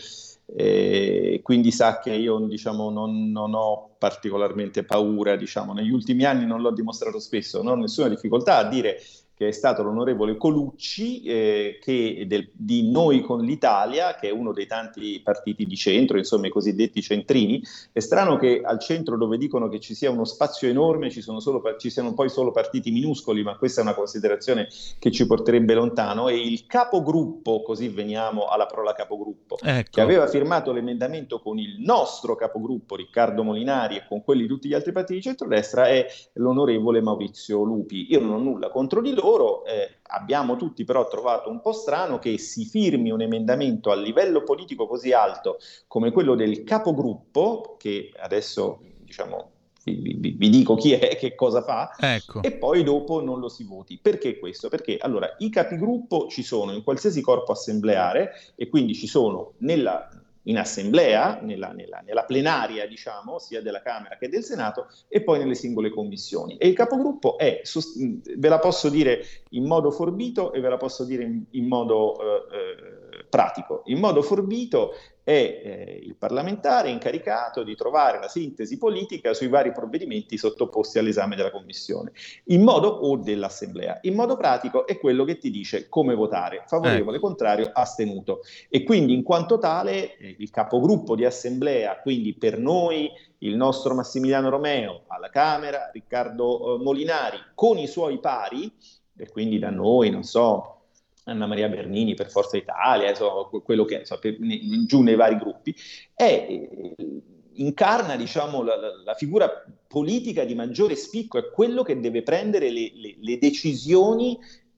e quindi sa che io diciamo non, non ho particolarmente paura, diciamo, negli ultimi anni non l'ho dimostrato spesso, non ho nessuna difficoltà a dire che è stato l'onorevole Colucci, eh, che del- di Noi con l'Italia, che è uno dei tanti partiti di centro, insomma i cosiddetti centrini. È strano che al centro, dove dicono che ci sia uno spazio enorme, ci, sono solo, par- ci siano poi solo partiti minuscoli, ma questa è una considerazione che ci porterebbe lontano. E il capogruppo, così veniamo alla parola capogruppo, Ecco. che aveva firmato l'emendamento con il nostro capogruppo Riccardo Molinari e con quelli di tutti gli altri partiti di centrodestra, è l'onorevole Maurizio Lupi. Io non ho nulla contro di loro, eh, abbiamo tutti però trovato un po' strano che si firmi un emendamento a livello politico così alto come quello del capogruppo, che adesso diciamo vi, vi- vi dico chi è, che cosa fa, Ecco. e poi dopo non lo si voti. Perché questo? Perché allora i capigruppo ci sono in qualsiasi corpo assembleare, e quindi ci sono nella, in assemblea, nella, nella- nella plenaria, diciamo, sia della Camera che del Senato, e poi nelle singole commissioni. E il capogruppo è, sos- ve la posso dire in modo forbito e ve la posso dire in, in modo eh, eh, pratico. In modo forbito è eh, il parlamentare incaricato di trovare la sintesi politica sui vari provvedimenti sottoposti all'esame della Commissione, in modo o dell'Assemblea. In modo pratico è quello che ti dice come votare, favorevole, contrario, astenuto. E quindi in quanto tale eh, il capogruppo di Assemblea, quindi per noi il nostro Massimiliano Romeo, alla Camera Riccardo eh, Molinari, con i suoi pari, e quindi da noi, non so, Anna Maria Bernini per Forza Italia, insomma, quello che è, insomma, per- ne- giù nei vari gruppi, è, eh, incarna diciamo, la, la- la figura politica di maggiore spicco, è quello che deve prendere le, le- le decisioni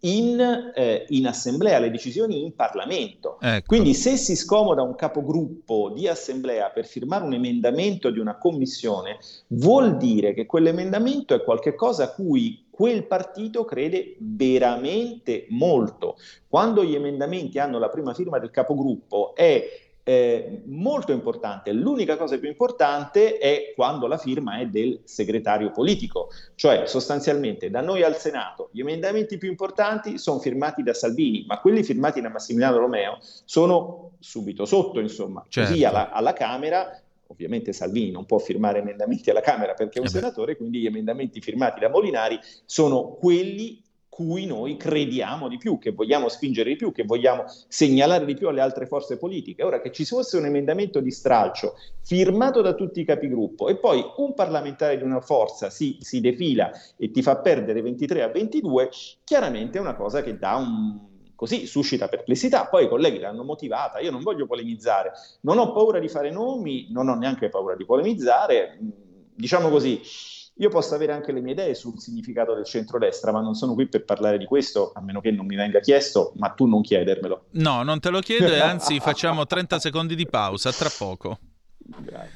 in, eh, in assemblea, le decisioni in Parlamento. Ecco. Quindi se si scomoda un capogruppo di assemblea per firmare un emendamento di una commissione, vuol dire che quell'emendamento è qualcosa a cui quel partito crede veramente molto. Quando gli emendamenti hanno la prima firma del capogruppo è Eh, molto importante, l'unica cosa più importante è quando la firma è del segretario politico, cioè sostanzialmente da noi al Senato gli emendamenti più importanti sono firmati da Salvini, ma quelli firmati da Massimiliano Romeo sono subito sotto, insomma. Certo. Così alla, alla Camera, ovviamente Salvini non può firmare emendamenti alla Camera perché è un Eh beh. senatore, quindi gli emendamenti firmati da Molinari sono quelli cui noi crediamo di più, che vogliamo spingere di più, che vogliamo segnalare di più alle altre forze politiche. Ora, che ci fosse un emendamento di stralcio firmato da tutti i capigruppo e poi un parlamentare di una forza si, si defila e ti fa perdere ventitré a ventidue, chiaramente è una cosa che dà un... così suscita perplessità. Poi i colleghi l'hanno motivata, io non voglio polemizzare, non ho paura di fare nomi, non ho neanche paura di polemizzare, diciamo così. Io posso avere anche le mie idee sul significato del centrodestra, ma non sono qui per parlare di questo, a meno che non mi venga chiesto, ma tu non chiedermelo. No, non te lo chiedo e anzi facciamo trenta secondi di pausa, tra poco. Grazie.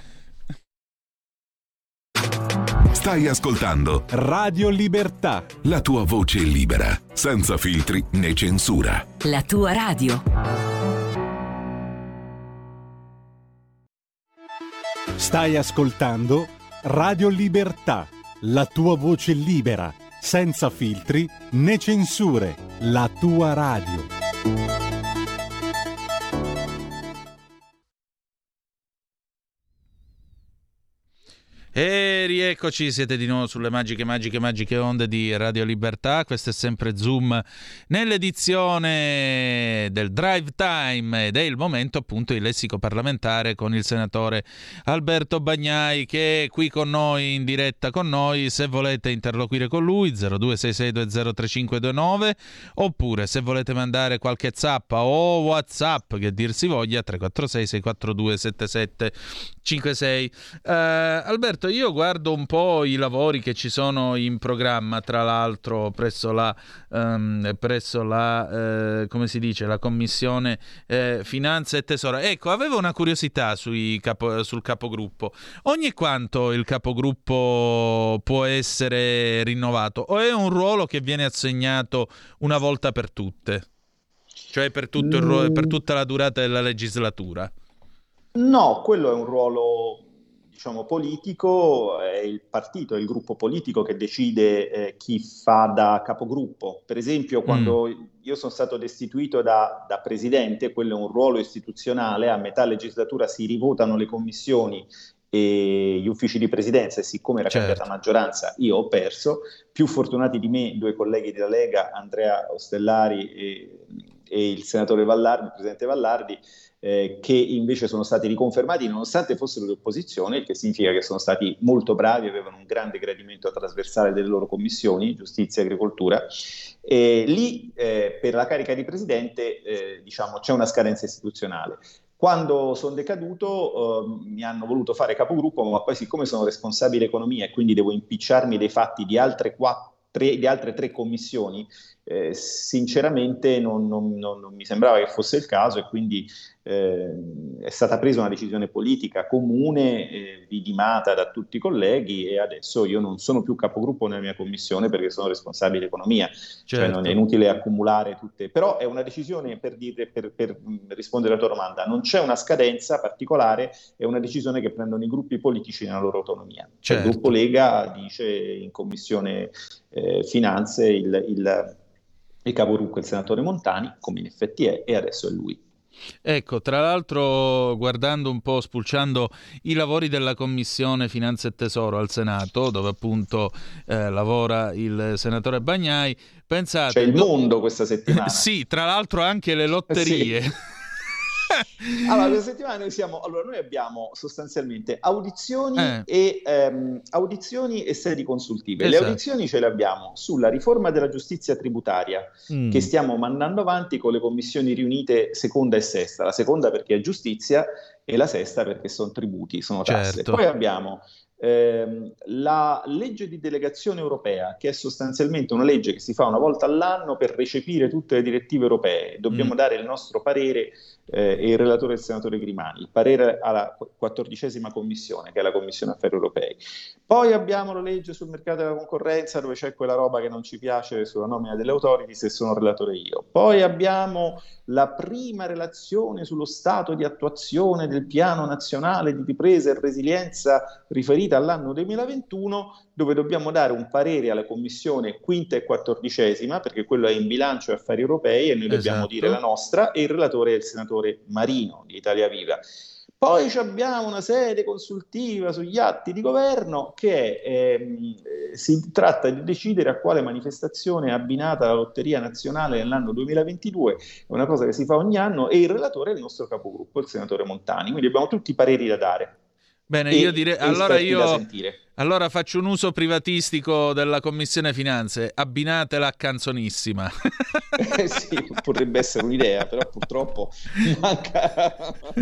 Stai ascoltando Radio Libertà, la tua voce libera, senza filtri né censura. La tua radio. Stai ascoltando Radio Libertà, la tua voce libera, senza filtri né censure. La tua radio. E rieccoci, siete di nuovo sulle magiche, magiche, magiche onde di Radio Libertà. Questo è sempre Zoom nell'edizione del Drive Time ed è il momento appunto di lessico parlamentare con il senatore Alberto Bagnai, che è qui con noi, in diretta con noi. Se volete interloquire con lui, zero due sei sei due zero tre cinque due nove, oppure se volete mandare qualche zappa o WhatsApp, che dir si voglia, tre quattro sei sei quattro due sette sette cinque sei. Uh, Alberto, io guardo un po' i lavori che ci sono in programma, tra l'altro presso la um, presso la uh, come si dice, la Commissione uh, Finanza e Tesoro. Ecco, avevo una curiosità sui capo, sul capogruppo. Ogni quanto il capogruppo può essere rinnovato, o è un ruolo che viene assegnato una volta per tutte? Cioè per tutto il ruolo, per tutta la durata della legislatura? No, quello è un ruolo, diciamo, politico, è il partito, è il gruppo politico che decide eh, chi fa da capogruppo. Per esempio, quando mm. io sono stato destituito da, da presidente, quello è un ruolo istituzionale, a metà legislatura si rivotano le commissioni e gli uffici di presidenza, e siccome era certo. cambiata maggioranza io ho perso. Più fortunati di me due colleghi della Lega, Andrea Ostellari e, e il senatore Vallardi, il presidente Vallardi, Eh, che invece sono stati riconfermati nonostante fossero di opposizione, il che significa che sono stati molto bravi, avevano un grande gradimento trasversale delle loro commissioni, giustizia e agricoltura. E lì eh, per la carica di presidente eh, diciamo c'è una scadenza istituzionale. Quando sono decaduto eh, mi hanno voluto fare capogruppo, ma poi siccome sono responsabile economia e quindi devo impicciarmi dei fatti di altre quattro Tre, di altre tre commissioni, eh, sinceramente non, non, non, non mi sembrava che fosse il caso, e quindi eh, è stata presa una decisione politica comune, eh, vidimata da tutti i colleghi, e adesso io non sono più capogruppo nella mia commissione perché sono responsabile economia. Certo. Cioè non è inutile accumulare tutte, però è una decisione, per, dire, per, per rispondere alla tua domanda, non c'è una scadenza particolare, è una decisione che prendono i gruppi politici nella loro autonomia. Certo. Cioè, il gruppo Lega dice in commissione eh, finanze il, il, il capogruppo, il senatore Montani, come in effetti è, e adesso è lui. Ecco, tra l'altro, guardando un po', spulciando i lavori della Commissione Finanza e Tesoro al Senato, dove appunto eh, lavora il senatore Bagnai, pensate... C'è il mondo questa settimana. Sì, tra l'altro anche le lotterie. Sì. Allora, questa settimana noi siamo, allora noi abbiamo sostanzialmente audizioni eh. e ehm, audizioni e sedi consultive. Esatto. Le audizioni ce le abbiamo sulla riforma della giustizia tributaria, mm. che stiamo mandando avanti con le commissioni riunite seconda e sesta. La seconda perché è giustizia e la sesta perché sono tributi, sono tasse. Certo. Poi abbiamo ehm, la legge di delegazione europea, che è sostanzialmente una legge che si fa una volta all'anno per recepire tutte le direttive europee. Dobbiamo mm. dare il nostro parere, eh, e il relatore è il senatore Grimani, il parere alla quattordicesima commissione, che è la Commissione Affari Europei. Poi abbiamo la legge sul mercato della concorrenza, dove c'è quella roba che non ci piace sulla nomina delle authorities, e sono relatore io. Poi abbiamo la prima relazione sullo stato di attuazione del Piano Nazionale di Ripresa e Resilienza riferita all'anno duemilaventuno, dove dobbiamo dare un parere alla Commissione quinta e quattordicesima, perché quello è in bilancio e affari europei e noi dobbiamo Esatto. dire la nostra, e il relatore è il senatore Marino di Italia Viva. Poi ci abbiamo una sede consultiva sugli atti di governo che ehm, eh, si tratta di decidere a quale manifestazione è abbinata la Lotteria Nazionale nell'anno duemilaventidue, è una cosa che si fa ogni anno, e il relatore è il nostro capogruppo, il senatore Montani, quindi abbiamo tutti i pareri da dare. Bene, e, io direi e allora esperti da io sentire. allora faccio un uso privatistico della Commissione Finanze, abbinatela a Canzonissima. Eh sì, potrebbe essere un'idea, però purtroppo manca.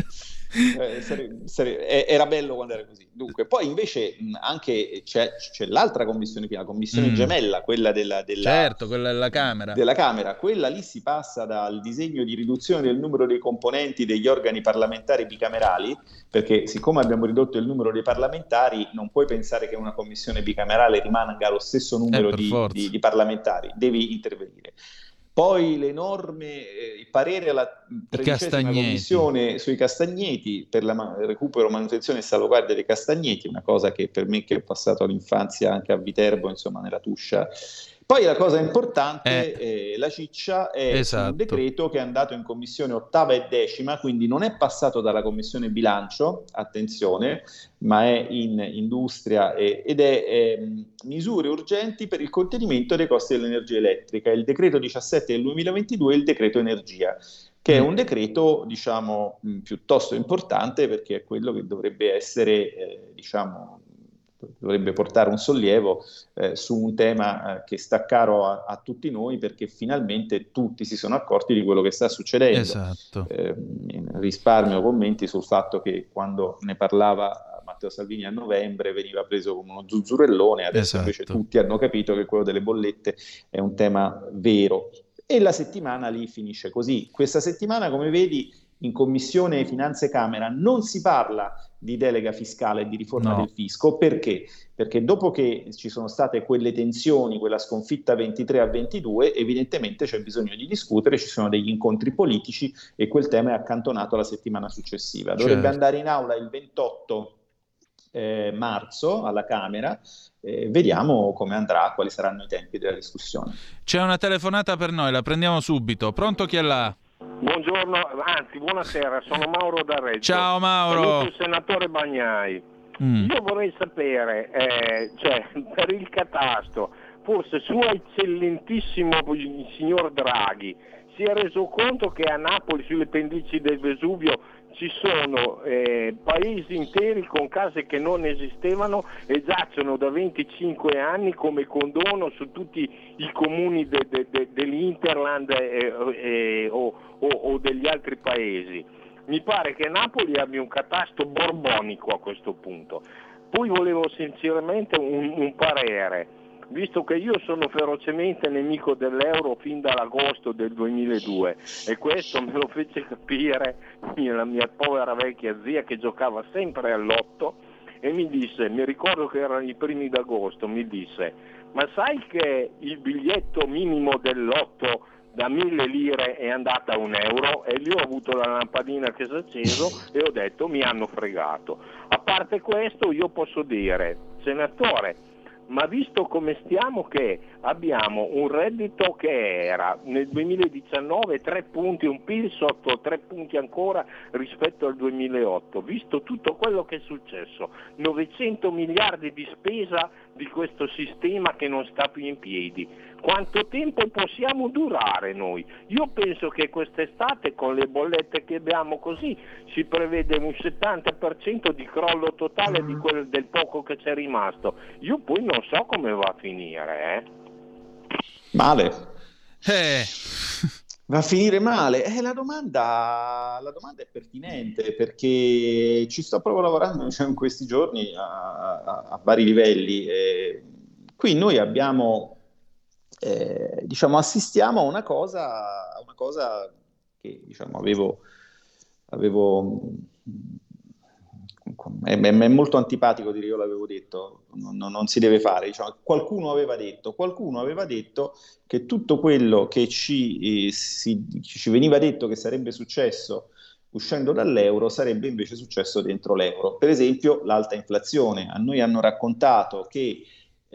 Eh, sare- sare- eh, era bello quando era così. Dunque, poi invece mh, anche c'è, c'è l'altra commissione, la commissione Mm. gemella, quella della, della, Certo, quella della Camera. della Camera. Quella lì si passa dal disegno di riduzione del numero dei componenti degli organi parlamentari bicamerali, perché siccome abbiamo ridotto il numero dei parlamentari, non puoi pensare che una commissione bicamerale rimanga lo stesso numero Eh, per di, forza. di, di parlamentari, devi intervenire. Poi le norme, eh, il parere alla tredicesima castagneti. commissione sui castagneti per la ma- recupero, manutenzione e salvaguardia dei castagneti, una cosa che per me, che è passato all'infanzia anche a Viterbo, insomma, nella Tuscia. Poi la cosa importante, eh, la ciccia, è Esatto. un decreto che è andato in commissione ottava e decima, quindi non è passato dalla commissione bilancio, attenzione, ma è in industria e- ed è ehm, misure urgenti per il contenimento dei costi dell'energia elettrica, il decreto diciassette del duemilaventidue e il decreto energia, che è un decreto, diciamo, mh, piuttosto importante, perché è quello che dovrebbe essere, eh, diciamo, dovrebbe portare un sollievo eh, su un tema eh, che sta caro a, a tutti noi, perché finalmente tutti si sono accorti di quello che sta succedendo. Esatto. Eh, risparmio commenti sul fatto che quando ne parlava Matteo Salvini a novembre veniva preso come uno zuzzurellone, adesso Esatto. invece tutti hanno capito che quello delle bollette è un tema vero. E la settimana lì finisce così. Questa settimana, come vedi, in Commissione Finanze Camera non si parla di delega fiscale e di riforma No. del fisco. Perché? Perché dopo che ci sono state quelle tensioni, quella sconfitta ventitré a ventidue, evidentemente c'è bisogno di discutere, ci sono degli incontri politici e quel tema è accantonato la settimana successiva. Dovrebbe Certo. andare in aula il ventotto eh, marzo alla Camera. Eh, vediamo come andrà, quali saranno i tempi della discussione. C'è una telefonata per noi, la prendiamo subito. Pronto, chi è là? Buongiorno, anzi buonasera, sono Mauro da Reggio. Ciao, Mauro. Saluto il senatore Bagnai. Mm. Io vorrei sapere, eh, cioè, per il catasto, forse Sua Eccellentissimo il signor Draghi si è reso conto che a Napoli, sulle pendici del Vesuvio, ci sono eh, paesi interi con case che non esistevano e giacciono da venticinque anni come condono su tutti i comuni de, de, de, dell'Interland eh, eh, o, o, o degli altri paesi. Mi pare che Napoli abbia un catasto borbonico a questo punto. Poi volevo sinceramente un, un parere. Visto che io sono ferocemente nemico dell'euro fin dall'agosto del duemiladue e questo me lo fece capire la mia povera vecchia zia che giocava sempre all'otto e mi disse, mi ricordo che erano i primi d'agosto, mi disse, ma sai che il biglietto minimo dell'otto da mille lire è andata a un euro? E lì ho avuto la lampadina che si è acceso e ho detto mi hanno fregato. A parte questo io posso dire, senatore, ma visto come stiamo che abbiamo un reddito che era nel duemiladiciannove tre punti, un P I L sotto tre punti ancora rispetto al duemilaotto, visto tutto quello che è successo, novecento miliardi di spesa di questo sistema che non sta più in piedi, quanto tempo possiamo durare noi? Io penso che quest'estate con le bollette che abbiamo così si prevede un settanta per cento di crollo totale di quel, del poco che c'è rimasto. Io poi non so come va a finire, eh. Male. Eh. Va a finire male. Eh, la domanda, la domanda è pertinente perché ci sto proprio lavorando cioè, in questi giorni a, a, a vari livelli. Eh, qui noi abbiamo, eh, diciamo, assistiamo a una cosa, a una cosa che diciamo avevo, avevo è, è molto antipatico dire io l'avevo detto, non, non, non si deve fare, diciamo, qualcuno aveva detto, qualcuno aveva detto che tutto quello che ci, eh, si, ci veniva detto che sarebbe successo uscendo dall'euro sarebbe invece successo dentro l'euro. Per esempio l'alta inflazione. A noi hanno raccontato che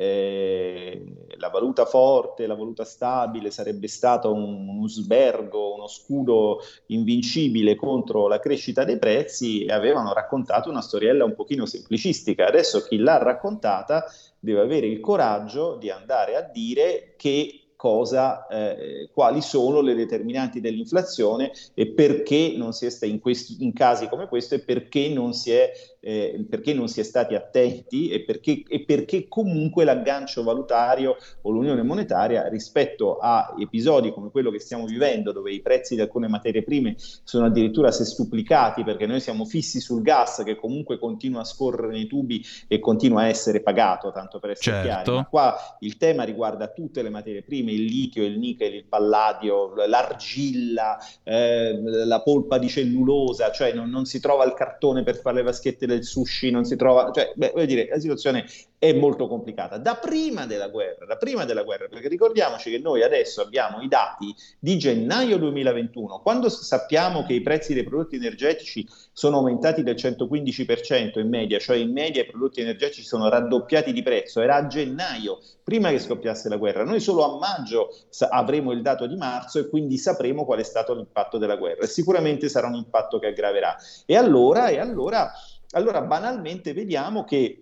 eh, la valuta forte, la valuta stabile sarebbe stato un, uno sbergo, uno scudo invincibile contro la crescita dei prezzi e avevano raccontato una storiella un pochino semplicistica. Adesso chi l'ha raccontata deve avere il coraggio di andare a dire che cosa, eh, quali sono le determinanti dell'inflazione e perché non si è sta in, questi, in casi come questo e perché non si è, eh, perché non si è stati attenti e perché, e perché comunque l'aggancio valutario o l'unione monetaria rispetto a episodi come quello che stiamo vivendo, dove i prezzi di alcune materie prime sono addirittura sestuplicati perché noi siamo fissi sul gas che comunque continua a scorrere nei tubi e continua a essere pagato, tanto per essere certo. chiari. Ma qua il tema riguarda tutte le materie prime, il litio, il nichel, il palladio, l'argilla, eh, la polpa di cellulosa, cioè non, non si trova il cartone per fare le vaschette del sushi, non si trova, cioè, beh, voglio dire, la situazione è molto complicata. Da prima della guerra, da prima della guerra, perché ricordiamoci che noi adesso abbiamo i dati di gennaio duemilaventuno, quando sappiamo che i prezzi dei prodotti energetici sono aumentati del centoquindici per cento in media, cioè in media i prodotti energetici sono raddoppiati di prezzo, era a gennaio, prima che scoppiasse la guerra. Noi solo a maggio sa- avremo il dato di marzo e quindi sapremo qual è stato l'impatto della guerra e sicuramente sarà un impatto che aggraverà. E allora, e allora, allora banalmente vediamo che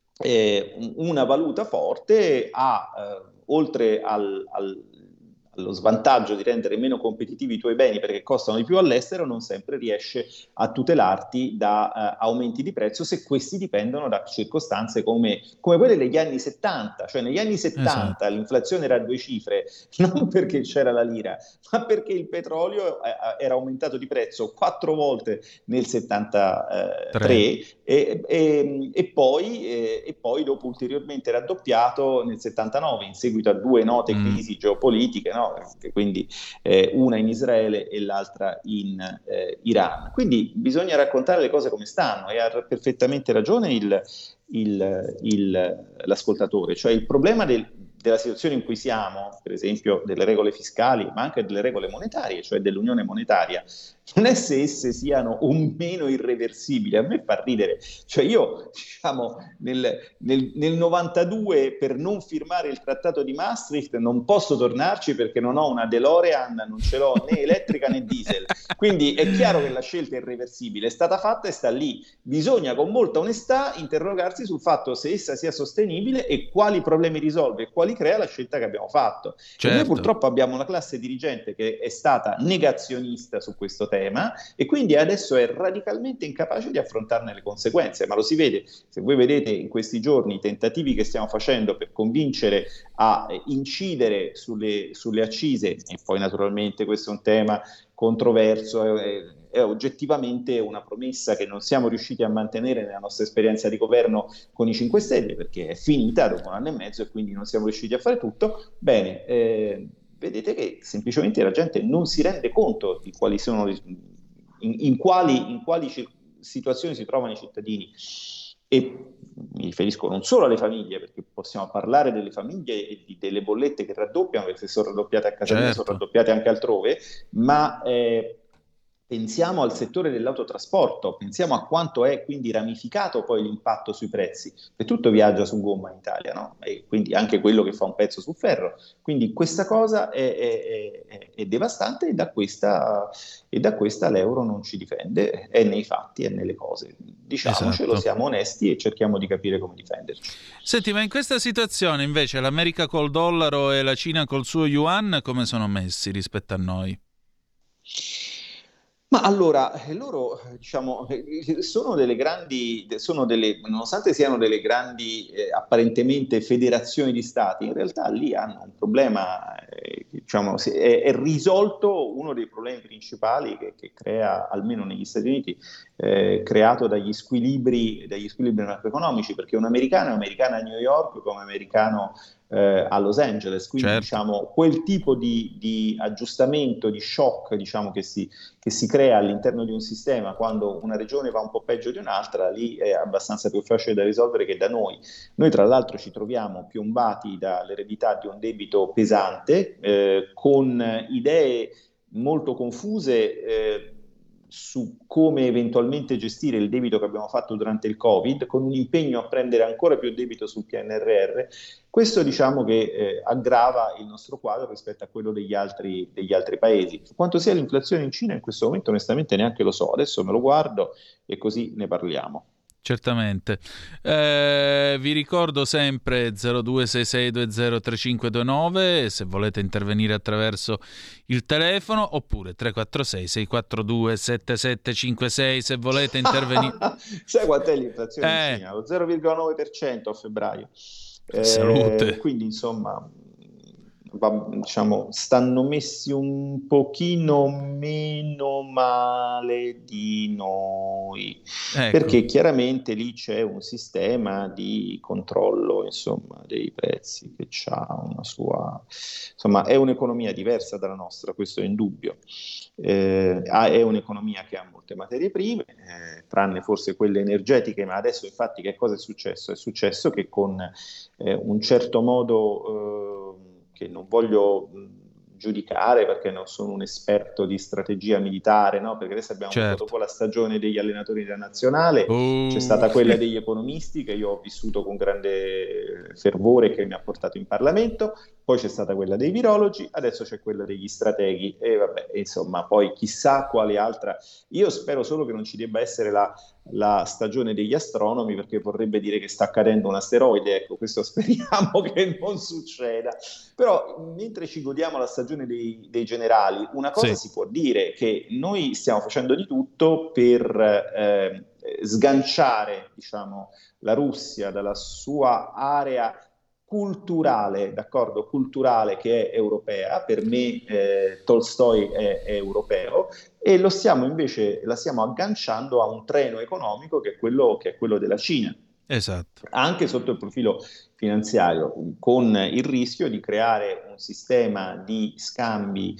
Eh, una valuta forte ha, eh, oltre al, al, allo svantaggio di rendere meno competitivi i tuoi beni perché costano di più all'estero, non sempre riesce a tutelarti da eh, aumenti di prezzo se questi dipendono da circostanze come, come quelle degli anni settanta. Cioè negli anni settanta esatto. L'inflazione era a due cifre, non perché c'era la lira, ma perché il petrolio eh, era aumentato di prezzo quattro volte nel settantatré e, e, e, poi, e, e poi dopo ulteriormente raddoppiato nel settantanove in seguito a due note mm. crisi geopolitiche, no? Quindi eh, una in Israele e l'altra in eh, Iran. Quindi bisogna raccontare le cose come stanno e ha perfettamente ragione il, il, il, l'ascoltatore, cioè il problema del, della situazione in cui siamo, per esempio delle regole fiscali, ma anche delle regole monetarie, cioè dell'unione monetaria, non è se esse siano o meno irreversibili. A me fa ridere, cioè io diciamo nel, nel, nel novantadue per non firmare il trattato di Maastricht non posso tornarci perché non ho una DeLorean, non ce l'ho né elettrica né diesel, quindi è chiaro che la scelta è irreversibile, è stata fatta e sta lì. Bisogna con molta onestà interrogarsi sul fatto se essa sia sostenibile e quali problemi risolve e quali crea la scelta che abbiamo fatto. Certo. E noi purtroppo abbiamo una classe dirigente che è stata negazionista su questo tema e quindi adesso è radicalmente incapace di affrontarne le conseguenze, ma lo si vede, se voi vedete in questi giorni i tentativi che stiamo facendo per convincere a incidere sulle, sulle accise, e poi naturalmente questo è un tema controverso, è, è oggettivamente una promessa che non siamo riusciti a mantenere nella nostra esperienza di governo con i cinque Stelle perché è finita dopo un anno e mezzo e quindi non siamo riusciti a fare tutto. Bene, eh, vedete che semplicemente la gente non si rende conto di quali sono, in, in quali, in quali situazioni si trovano i cittadini. E mi riferisco non solo alle famiglie, perché possiamo parlare delle famiglie e di, delle bollette che raddoppiano, perché se sono raddoppiate a casa mia, certo. sono raddoppiate anche altrove, ma eh, pensiamo al settore dell'autotrasporto, pensiamo a quanto è quindi ramificato poi l'impatto sui prezzi, e tutto viaggia su gomma in Italia, no? E quindi anche quello che fa un pezzo sul ferro. Quindi questa cosa è, è, è, è devastante e da, questa, e da questa l'euro non ci difende, è nei fatti, è nelle cose. Diciamocelo, esatto. Siamo onesti e cerchiamo di capire come difenderci. Senti, ma in questa situazione invece l'America col dollaro e la Cina col suo yuan come sono messi rispetto a noi? Ma allora, loro diciamo sono delle grandi, sono delle, nonostante siano delle grandi eh, apparentemente federazioni di stati, in realtà lì hanno un problema, eh, diciamo, è, è risolto uno dei problemi principali che, che crea, almeno negli Stati Uniti, eh, creato dagli squilibri, dagli squilibri macroeconomici, perché un americano è americano a New York come americano eh, a Los Angeles, quindi certo. diciamo quel tipo di, di aggiustamento, di shock diciamo che si, che si crea all'interno di un sistema quando una regione va un po' peggio di un'altra, lì è abbastanza più facile da risolvere che da noi. Noi tra l'altro ci troviamo piombati dall'eredità di un debito pesante, eh, con idee molto confuse eh, su come eventualmente gestire il debito che abbiamo fatto durante il Covid, con un impegno a prendere ancora più debito sul P N R R. Questo diciamo che eh, aggrava il nostro quadro rispetto a quello degli altri, degli altri paesi. Quanto sia l'inflazione in Cina in questo momento onestamente neanche lo so, adesso me lo guardo e così ne parliamo. Certamente. Eh, vi ricordo sempre zero due sei sei due zero tre cinque due nove se volete intervenire attraverso il telefono, oppure tre quattro sei sei quattro due sette sette cinque sei se volete intervenire. Sai quant'è l'inflazione eh. in Cina? Lo zero virgola nove per cento a febbraio. Eh, Salute. Quindi insomma va, diciamo, stanno messi un pochino meno male di noi, ecco. Perché chiaramente lì c'è un sistema di controllo insomma dei prezzi che ha una sua, insomma è un'economia diversa dalla nostra, questo è indubbio. Eh, è un'economia che ha molte materie prime, eh, tranne forse quelle energetiche, ma adesso infatti che cosa è successo? È successo che con eh, un certo modo eh, che non voglio mh, giudicare perché non sono un esperto di strategia militare, no? Perché adesso abbiamo certo. avuto dopo la stagione degli allenatori della nazionale, uh. c'è stata quella degli economisti che io ho vissuto con grande fervore, che mi ha portato in Parlamento, poi c'è stata quella dei virologi, adesso c'è quella degli strateghi e vabbè, insomma, poi chissà quale altra. Io spero solo che non ci debba essere la, la stagione degli astronomi, perché vorrebbe dire che sta cadendo un asteroide, ecco, questo speriamo che non succeda. Però mentre ci godiamo la stagione dei, dei generali, una cosa sì. si può dire, che noi stiamo facendo di tutto per eh, sganciare, diciamo, la Russia dalla sua area culturale, d'accordo, culturale che è europea, per me eh, Tolstoi è, è europeo, e lo stiamo invece, la stiamo agganciando a un treno economico che è quello, che è quello della Cina. Esatto. Anche sotto il profilo finanziario, con il rischio di creare un sistema di scambi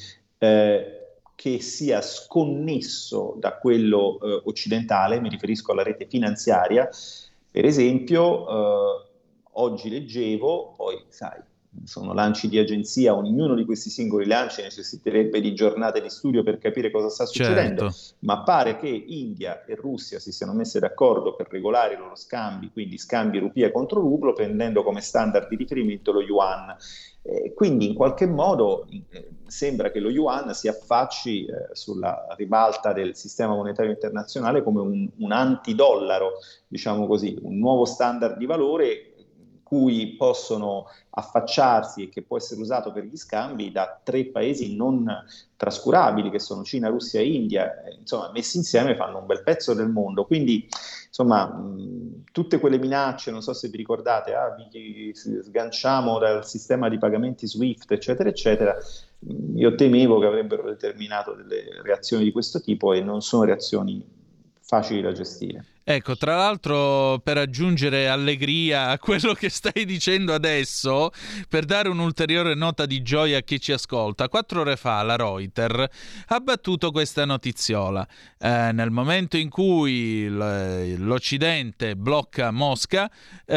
eh, che sia sconnesso da quello eh, occidentale, mi riferisco alla rete finanziaria. Per esempio, eh, oggi leggevo, poi sai, sono lanci di agenzia, ognuno di questi singoli lanci necessiterebbe di giornate di studio per capire cosa sta succedendo, certo. ma pare che India e Russia si siano messe d'accordo per regolare i loro scambi, quindi scambi rupia contro rublo, prendendo come standard di riferimento lo yuan. Eh, quindi in qualche modo eh, sembra che lo yuan si affacci eh, sulla ribalta del sistema monetario internazionale come un, un antidollaro, diciamo così, un nuovo standard di valore cui possono affacciarsi e che può essere usato per gli scambi da tre paesi non trascurabili, che sono Cina, Russia e India. Eh, insomma, messi insieme fanno un bel pezzo del mondo. Quindi, insomma, mh, tutte quelle minacce, non so se vi ricordate, ah, vi sganciamo dal sistema di pagamenti SWIFT, eccetera, eccetera, mh, io temevo che avrebbero determinato delle reazioni di questo tipo e non sono reazioni facili da gestire. Ecco, tra l'altro, per aggiungere allegria a quello che stai dicendo adesso, per dare un'ulteriore nota di gioia a chi ci ascolta, quattro ore fa la Reuters ha battuto questa notiziola. Eh, nel momento in cui l'Occidente blocca Mosca,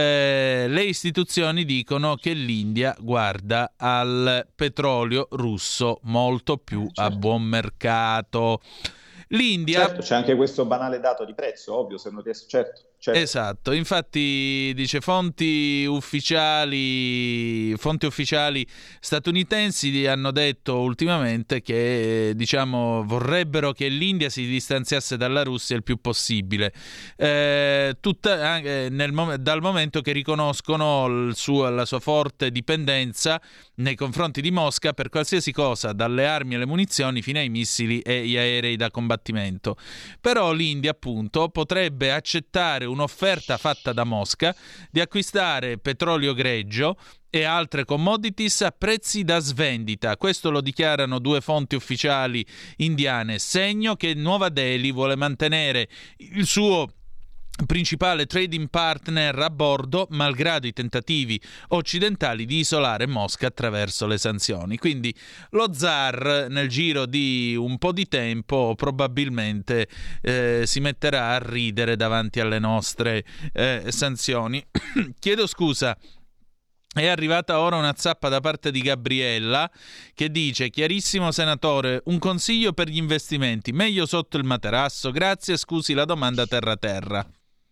eh, le istituzioni dicono che l'India guarda al petrolio russo molto più certo. a buon mercato. L'India... Certo, c'è anche questo banale dato di prezzo, ovvio, se non riesco, certo. Certo. Esatto, infatti dice fonti ufficiali fonti ufficiali statunitensi hanno detto ultimamente che diciamo vorrebbero che l'India si distanziasse dalla Russia il più possibile, eh, tutta, eh, nel mom- dal momento che riconoscono il suo, la sua forte dipendenza nei confronti di Mosca per qualsiasi cosa, dalle armi alle munizioni fino ai missili e gli aerei da combattimento. Però l'India appunto potrebbe accettare un'offerta fatta da Mosca di acquistare petrolio greggio e altre commodities a prezzi da svendita. Questo lo dichiarano due fonti ufficiali indiane, segno che Nuova Delhi vuole mantenere il suo principale trading partner a bordo, malgrado i tentativi occidentali di isolare Mosca attraverso le sanzioni. Quindi lo zar nel giro di un po' di tempo probabilmente eh, si metterà a ridere davanti alle nostre eh, sanzioni. Chiedo scusa. È arrivata ora una zappa da parte di Gabriella che dice: chiarissimo senatore, un consiglio per gli investimenti, meglio sotto il materasso, grazie, scusi la domanda terra terra.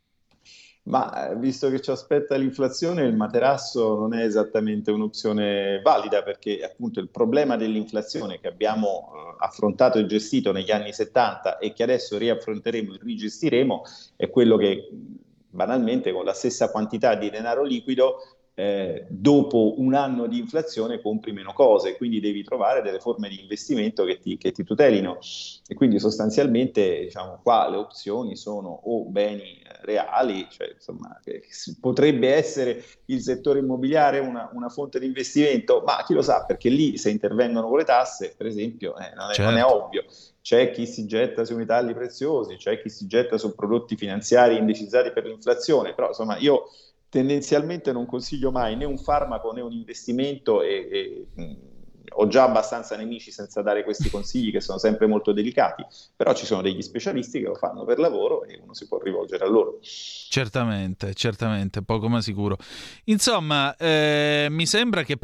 Ma visto che ci aspetta l'inflazione, il materasso non è esattamente un'opzione valida, perché appunto il problema dell'inflazione che abbiamo eh, affrontato e gestito negli anni settanta e che adesso riaffronteremo e rigestiremo è quello che banalmente con la stessa quantità di denaro liquido Eh, dopo un anno di inflazione compri meno cose, quindi devi trovare delle forme di investimento che ti, che ti tutelino, e quindi sostanzialmente diciamo qua le opzioni sono o beni reali, cioè insomma che, che potrebbe essere il settore immobiliare una, una fonte di investimento, ma chi lo sa, perché lì se intervengono con le tasse per esempio eh, non, è, certo. non è ovvio. C'è chi si getta sui metalli preziosi, c'è chi si getta su prodotti finanziari indicizzati per l'inflazione, però insomma io tendenzialmente non consiglio mai né un farmaco né un investimento e, e mh, ho già abbastanza nemici senza dare questi consigli che sono sempre molto delicati, però ci sono degli specialisti che lo fanno per lavoro e uno si può rivolgere a loro. Certamente, certamente, poco ma sicuro. Insomma, eh, mi sembra che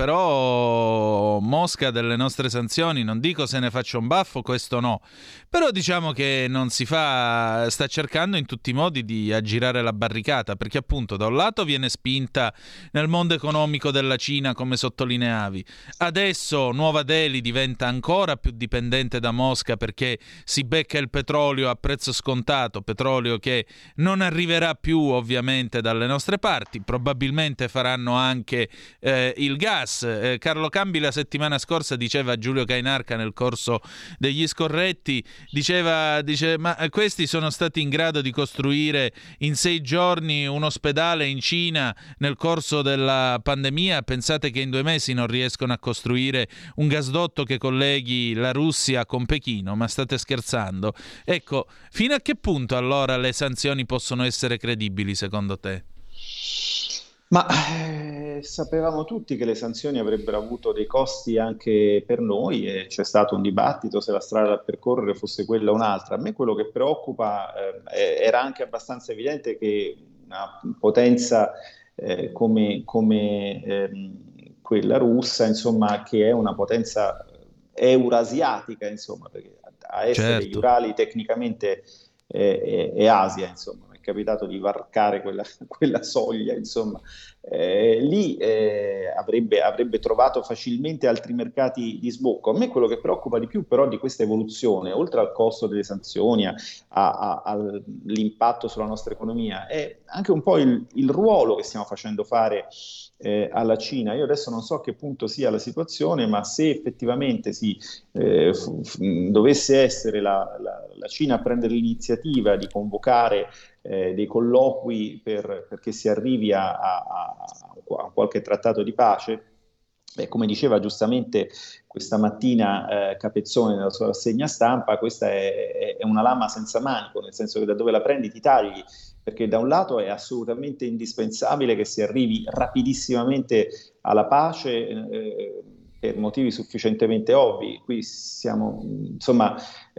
però Mosca delle nostre sanzioni, non dico se ne faccia un baffo, questo no, però diciamo che non si fa, sta cercando in tutti i modi di aggirare la barricata, perché appunto da un lato viene spinta nel mondo economico della Cina, come sottolineavi, adesso Nuova Delhi diventa ancora più dipendente da Mosca perché si becca il petrolio a prezzo scontato, petrolio che non arriverà più ovviamente dalle nostre parti, probabilmente faranno anche eh, il gas. Eh, Carlo Cambi la settimana scorsa diceva a Giulio Cainarca nel corso degli scorretti, diceva, dice, ma questi sono stati in grado di costruire in sei giorni un ospedale in Cina nel corso della pandemia, pensate che in due mesi non riescono a costruire un gasdotto che colleghi la Russia con Pechino, ma state scherzando? Ecco, fino a che punto allora le sanzioni possono essere credibili secondo te? Ma eh, sapevamo tutti che le sanzioni avrebbero avuto dei costi anche per noi e c'è stato un dibattito se la strada da percorrere fosse quella o un'altra. A me quello che preoccupa eh, era anche abbastanza evidente che una potenza eh, come, come ehm, quella russa, insomma, che è una potenza eurasiatica, insomma, perché a essere certo. Gli Urali tecnicamente è, è, è Asia, insomma, mi è capitato di varcare quella, quella soglia, insomma, eh, lì eh, avrebbe, avrebbe trovato facilmente altri mercati di sbocco. A me quello che preoccupa di più però di questa evoluzione, oltre al costo delle sanzioni, a, a, all'impatto sulla nostra economia, è anche un po' il, il ruolo che stiamo facendo fare Eh, alla Cina. Io adesso non so a che punto sia la situazione, ma se effettivamente si eh, f- f- dovesse essere la, la, la Cina a prendere l'iniziativa di convocare eh, dei colloqui per, perché si arrivi a, a, a qualche trattato di pace, beh, come diceva giustamente questa mattina eh, Capezzone nella sua rassegna stampa, questa è, è una lama senza manico, nel senso che da dove la prendi ti tagli, perché da un lato è assolutamente indispensabile che si arrivi rapidissimamente alla pace eh, per motivi sufficientemente ovvi. Qui siamo, insomma,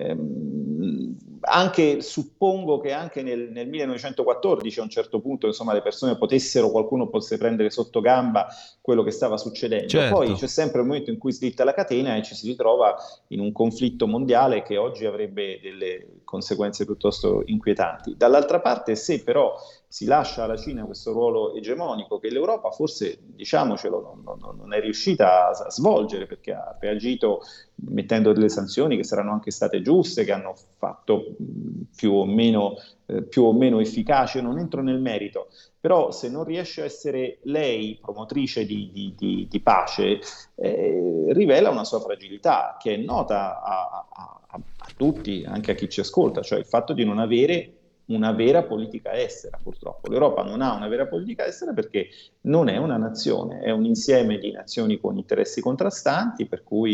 ehm, anche suppongo che anche nel, nel millenovecentoquattordici a un certo punto, insomma, le persone potessero, qualcuno potesse prendere sotto gamba quello che stava succedendo. Certo. Poi c'è sempre un momento in cui slitta la catena e ci si ritrova in un conflitto mondiale che oggi avrebbe delle conseguenze piuttosto inquietanti. Dall'altra parte, se però si lascia alla Cina questo ruolo egemonico che l'Europa forse, diciamocelo, non, non, non è riuscita a, a svolgere, perché ha reagito mettendo delle sanzioni che saranno anche state giuste, che hanno fatto più o meno, eh, più o meno efficace, non entro nel merito, però se non riesce a essere lei promotrice di, di, di, di pace, eh, rivela una sua fragilità che è nota a, a, a, a tutti, anche a chi ci ascolta, cioè il fatto di non avere una vera politica estera. Purtroppo l'Europa non ha una vera politica estera perché non è una nazione, è un insieme di nazioni con interessi contrastanti, per cui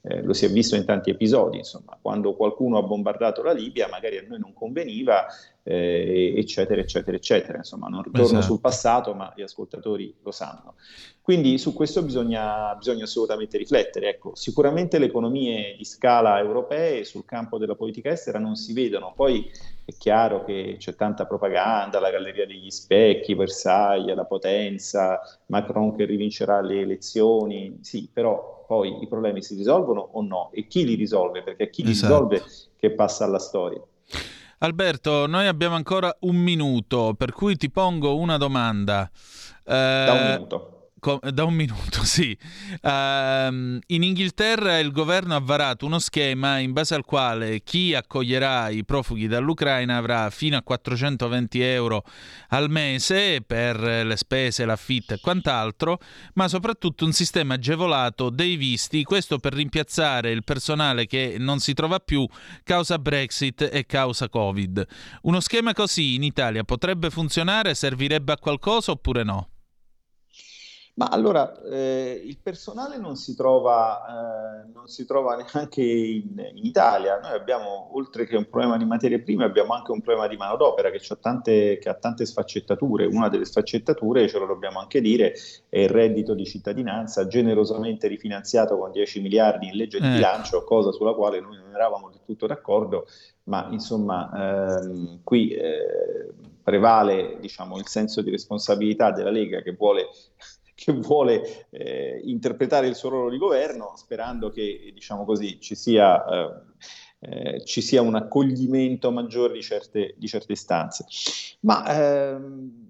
eh, lo si è visto in tanti episodi, insomma, quando qualcuno ha bombardato la Libia magari a noi non conveniva, eh, eccetera, eccetera, eccetera. Insomma, non ritorno Esatto. sul passato, ma gli ascoltatori lo sanno. Quindi su questo bisogna, bisogna assolutamente riflettere. Ecco, sicuramente le economie di scala europee sul campo della politica estera non si vedono. Poi è chiaro che c'è tanta propaganda, la Galleria degli Specchi, Versailles, la potenza, Macron che rivincerà le elezioni, sì, però poi i problemi si risolvono o no? E chi li risolve? Perché è chi li Esatto. risolve che passa alla storia. Alberto, noi abbiamo ancora un minuto, per cui ti pongo una domanda. Eh, Da un minuto. co- da un minuto, sì. Ehm, in Inghilterra il governo ha varato uno schema in base al quale chi accoglierà i profughi dall'Ucraina avrà fino a quattrocentoventi euro al mese per le spese, l'affitto e quant'altro, ma soprattutto un sistema agevolato dei visti, questo per rimpiazzare il personale che non si trova più causa Brexit e causa Covid. Uno schema così in Italia potrebbe funzionare? Servirebbe a qualcosa oppure no? Ma allora, eh, il personale non si trova, eh, non si trova neanche in, in Italia. Noi abbiamo, oltre che un problema di materie prime, abbiamo anche un problema di manodopera che, c'ha tante, che ha tante sfaccettature. Una delle sfaccettature, ce lo dobbiamo anche dire, è il reddito di cittadinanza, generosamente rifinanziato con dieci miliardi in legge di Eh. bilancio, cosa sulla quale noi non eravamo del tutto d'accordo, ma insomma ehm, qui eh, prevale, diciamo, il senso di responsabilità della Lega che vuole che vuole eh, interpretare il suo ruolo di governo, sperando che, diciamo così, ci sia, eh, eh, ci sia un accoglimento maggiore di certe, di certe istanze. Ma ehm,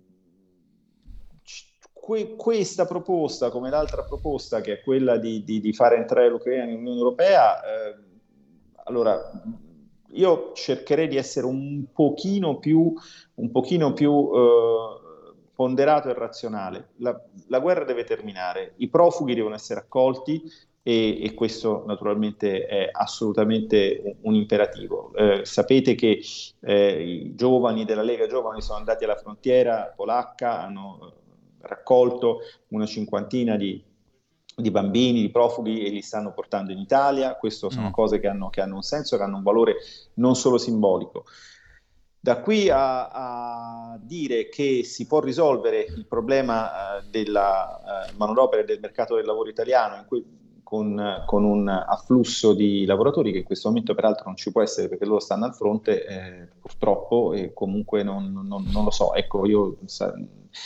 que- questa proposta, come l'altra proposta, che è quella di, di, di fare entrare l'Ucraina nell'Unione Europea, eh, allora io cercherei di essere un pochino più, un pochino più eh, ponderato e razionale. La, la guerra deve terminare, i profughi devono essere accolti e, e questo naturalmente è assolutamente un, un imperativo. Eh, sapete che eh, i giovani della Lega Giovani sono andati alla frontiera polacca, hanno raccolto una cinquantina di, di bambini, di profughi e li stanno portando in Italia. Queste sono Mm. cose che hanno, che hanno un senso, che hanno un valore non solo simbolico. Da qui a, a dire che si può risolvere il problema eh, della eh, manodopera e del mercato del lavoro italiano in cui, con, con un afflusso di lavoratori che in questo momento peraltro non ci può essere perché loro stanno al fronte, eh, purtroppo, e comunque non, non, non lo so. Ecco, io sa,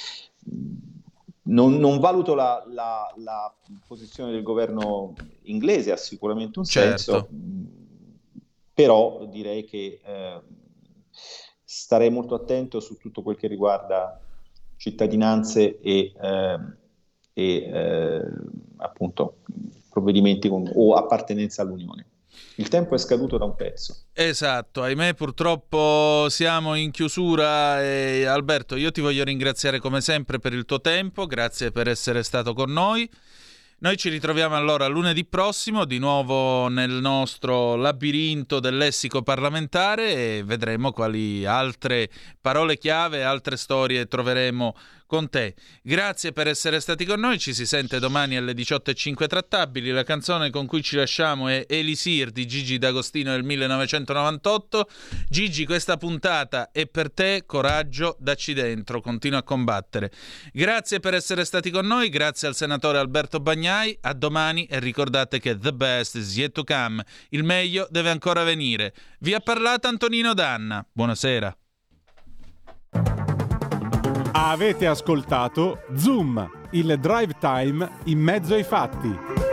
non, non valuto la, la, la posizione del governo inglese, ha sicuramente un Certo. senso, però direi che eh, starei molto attento su tutto quel che riguarda cittadinanze e, eh, e eh, appunto provvedimenti con, o appartenenza all'Unione. Il tempo è scaduto da un pezzo. Esatto, ahimè purtroppo siamo in chiusura e Alberto, io ti voglio ringraziare come sempre per il tuo tempo, grazie per essere stato con noi. Noi ci ritroviamo allora lunedì prossimo di nuovo nel nostro labirinto del lessico parlamentare e vedremo quali altre parole chiave, altre storie troveremo con te. Grazie per essere stati con noi, ci si sente domani alle diciotto e cinque trattabili. La canzone con cui ci lasciamo è Elisir di Gigi D'Agostino del millenovecentonovantotto. Gigi, questa puntata è per te, coraggio, dacci dentro, continua a combattere. Grazie per essere stati con noi, grazie al senatore Alberto Bagnai, a domani e ricordate che the best is yet to come, il meglio deve ancora venire. Vi ha parlato Antonino Danna, buonasera. Avete ascoltato Zoom, il drive time in mezzo ai fatti.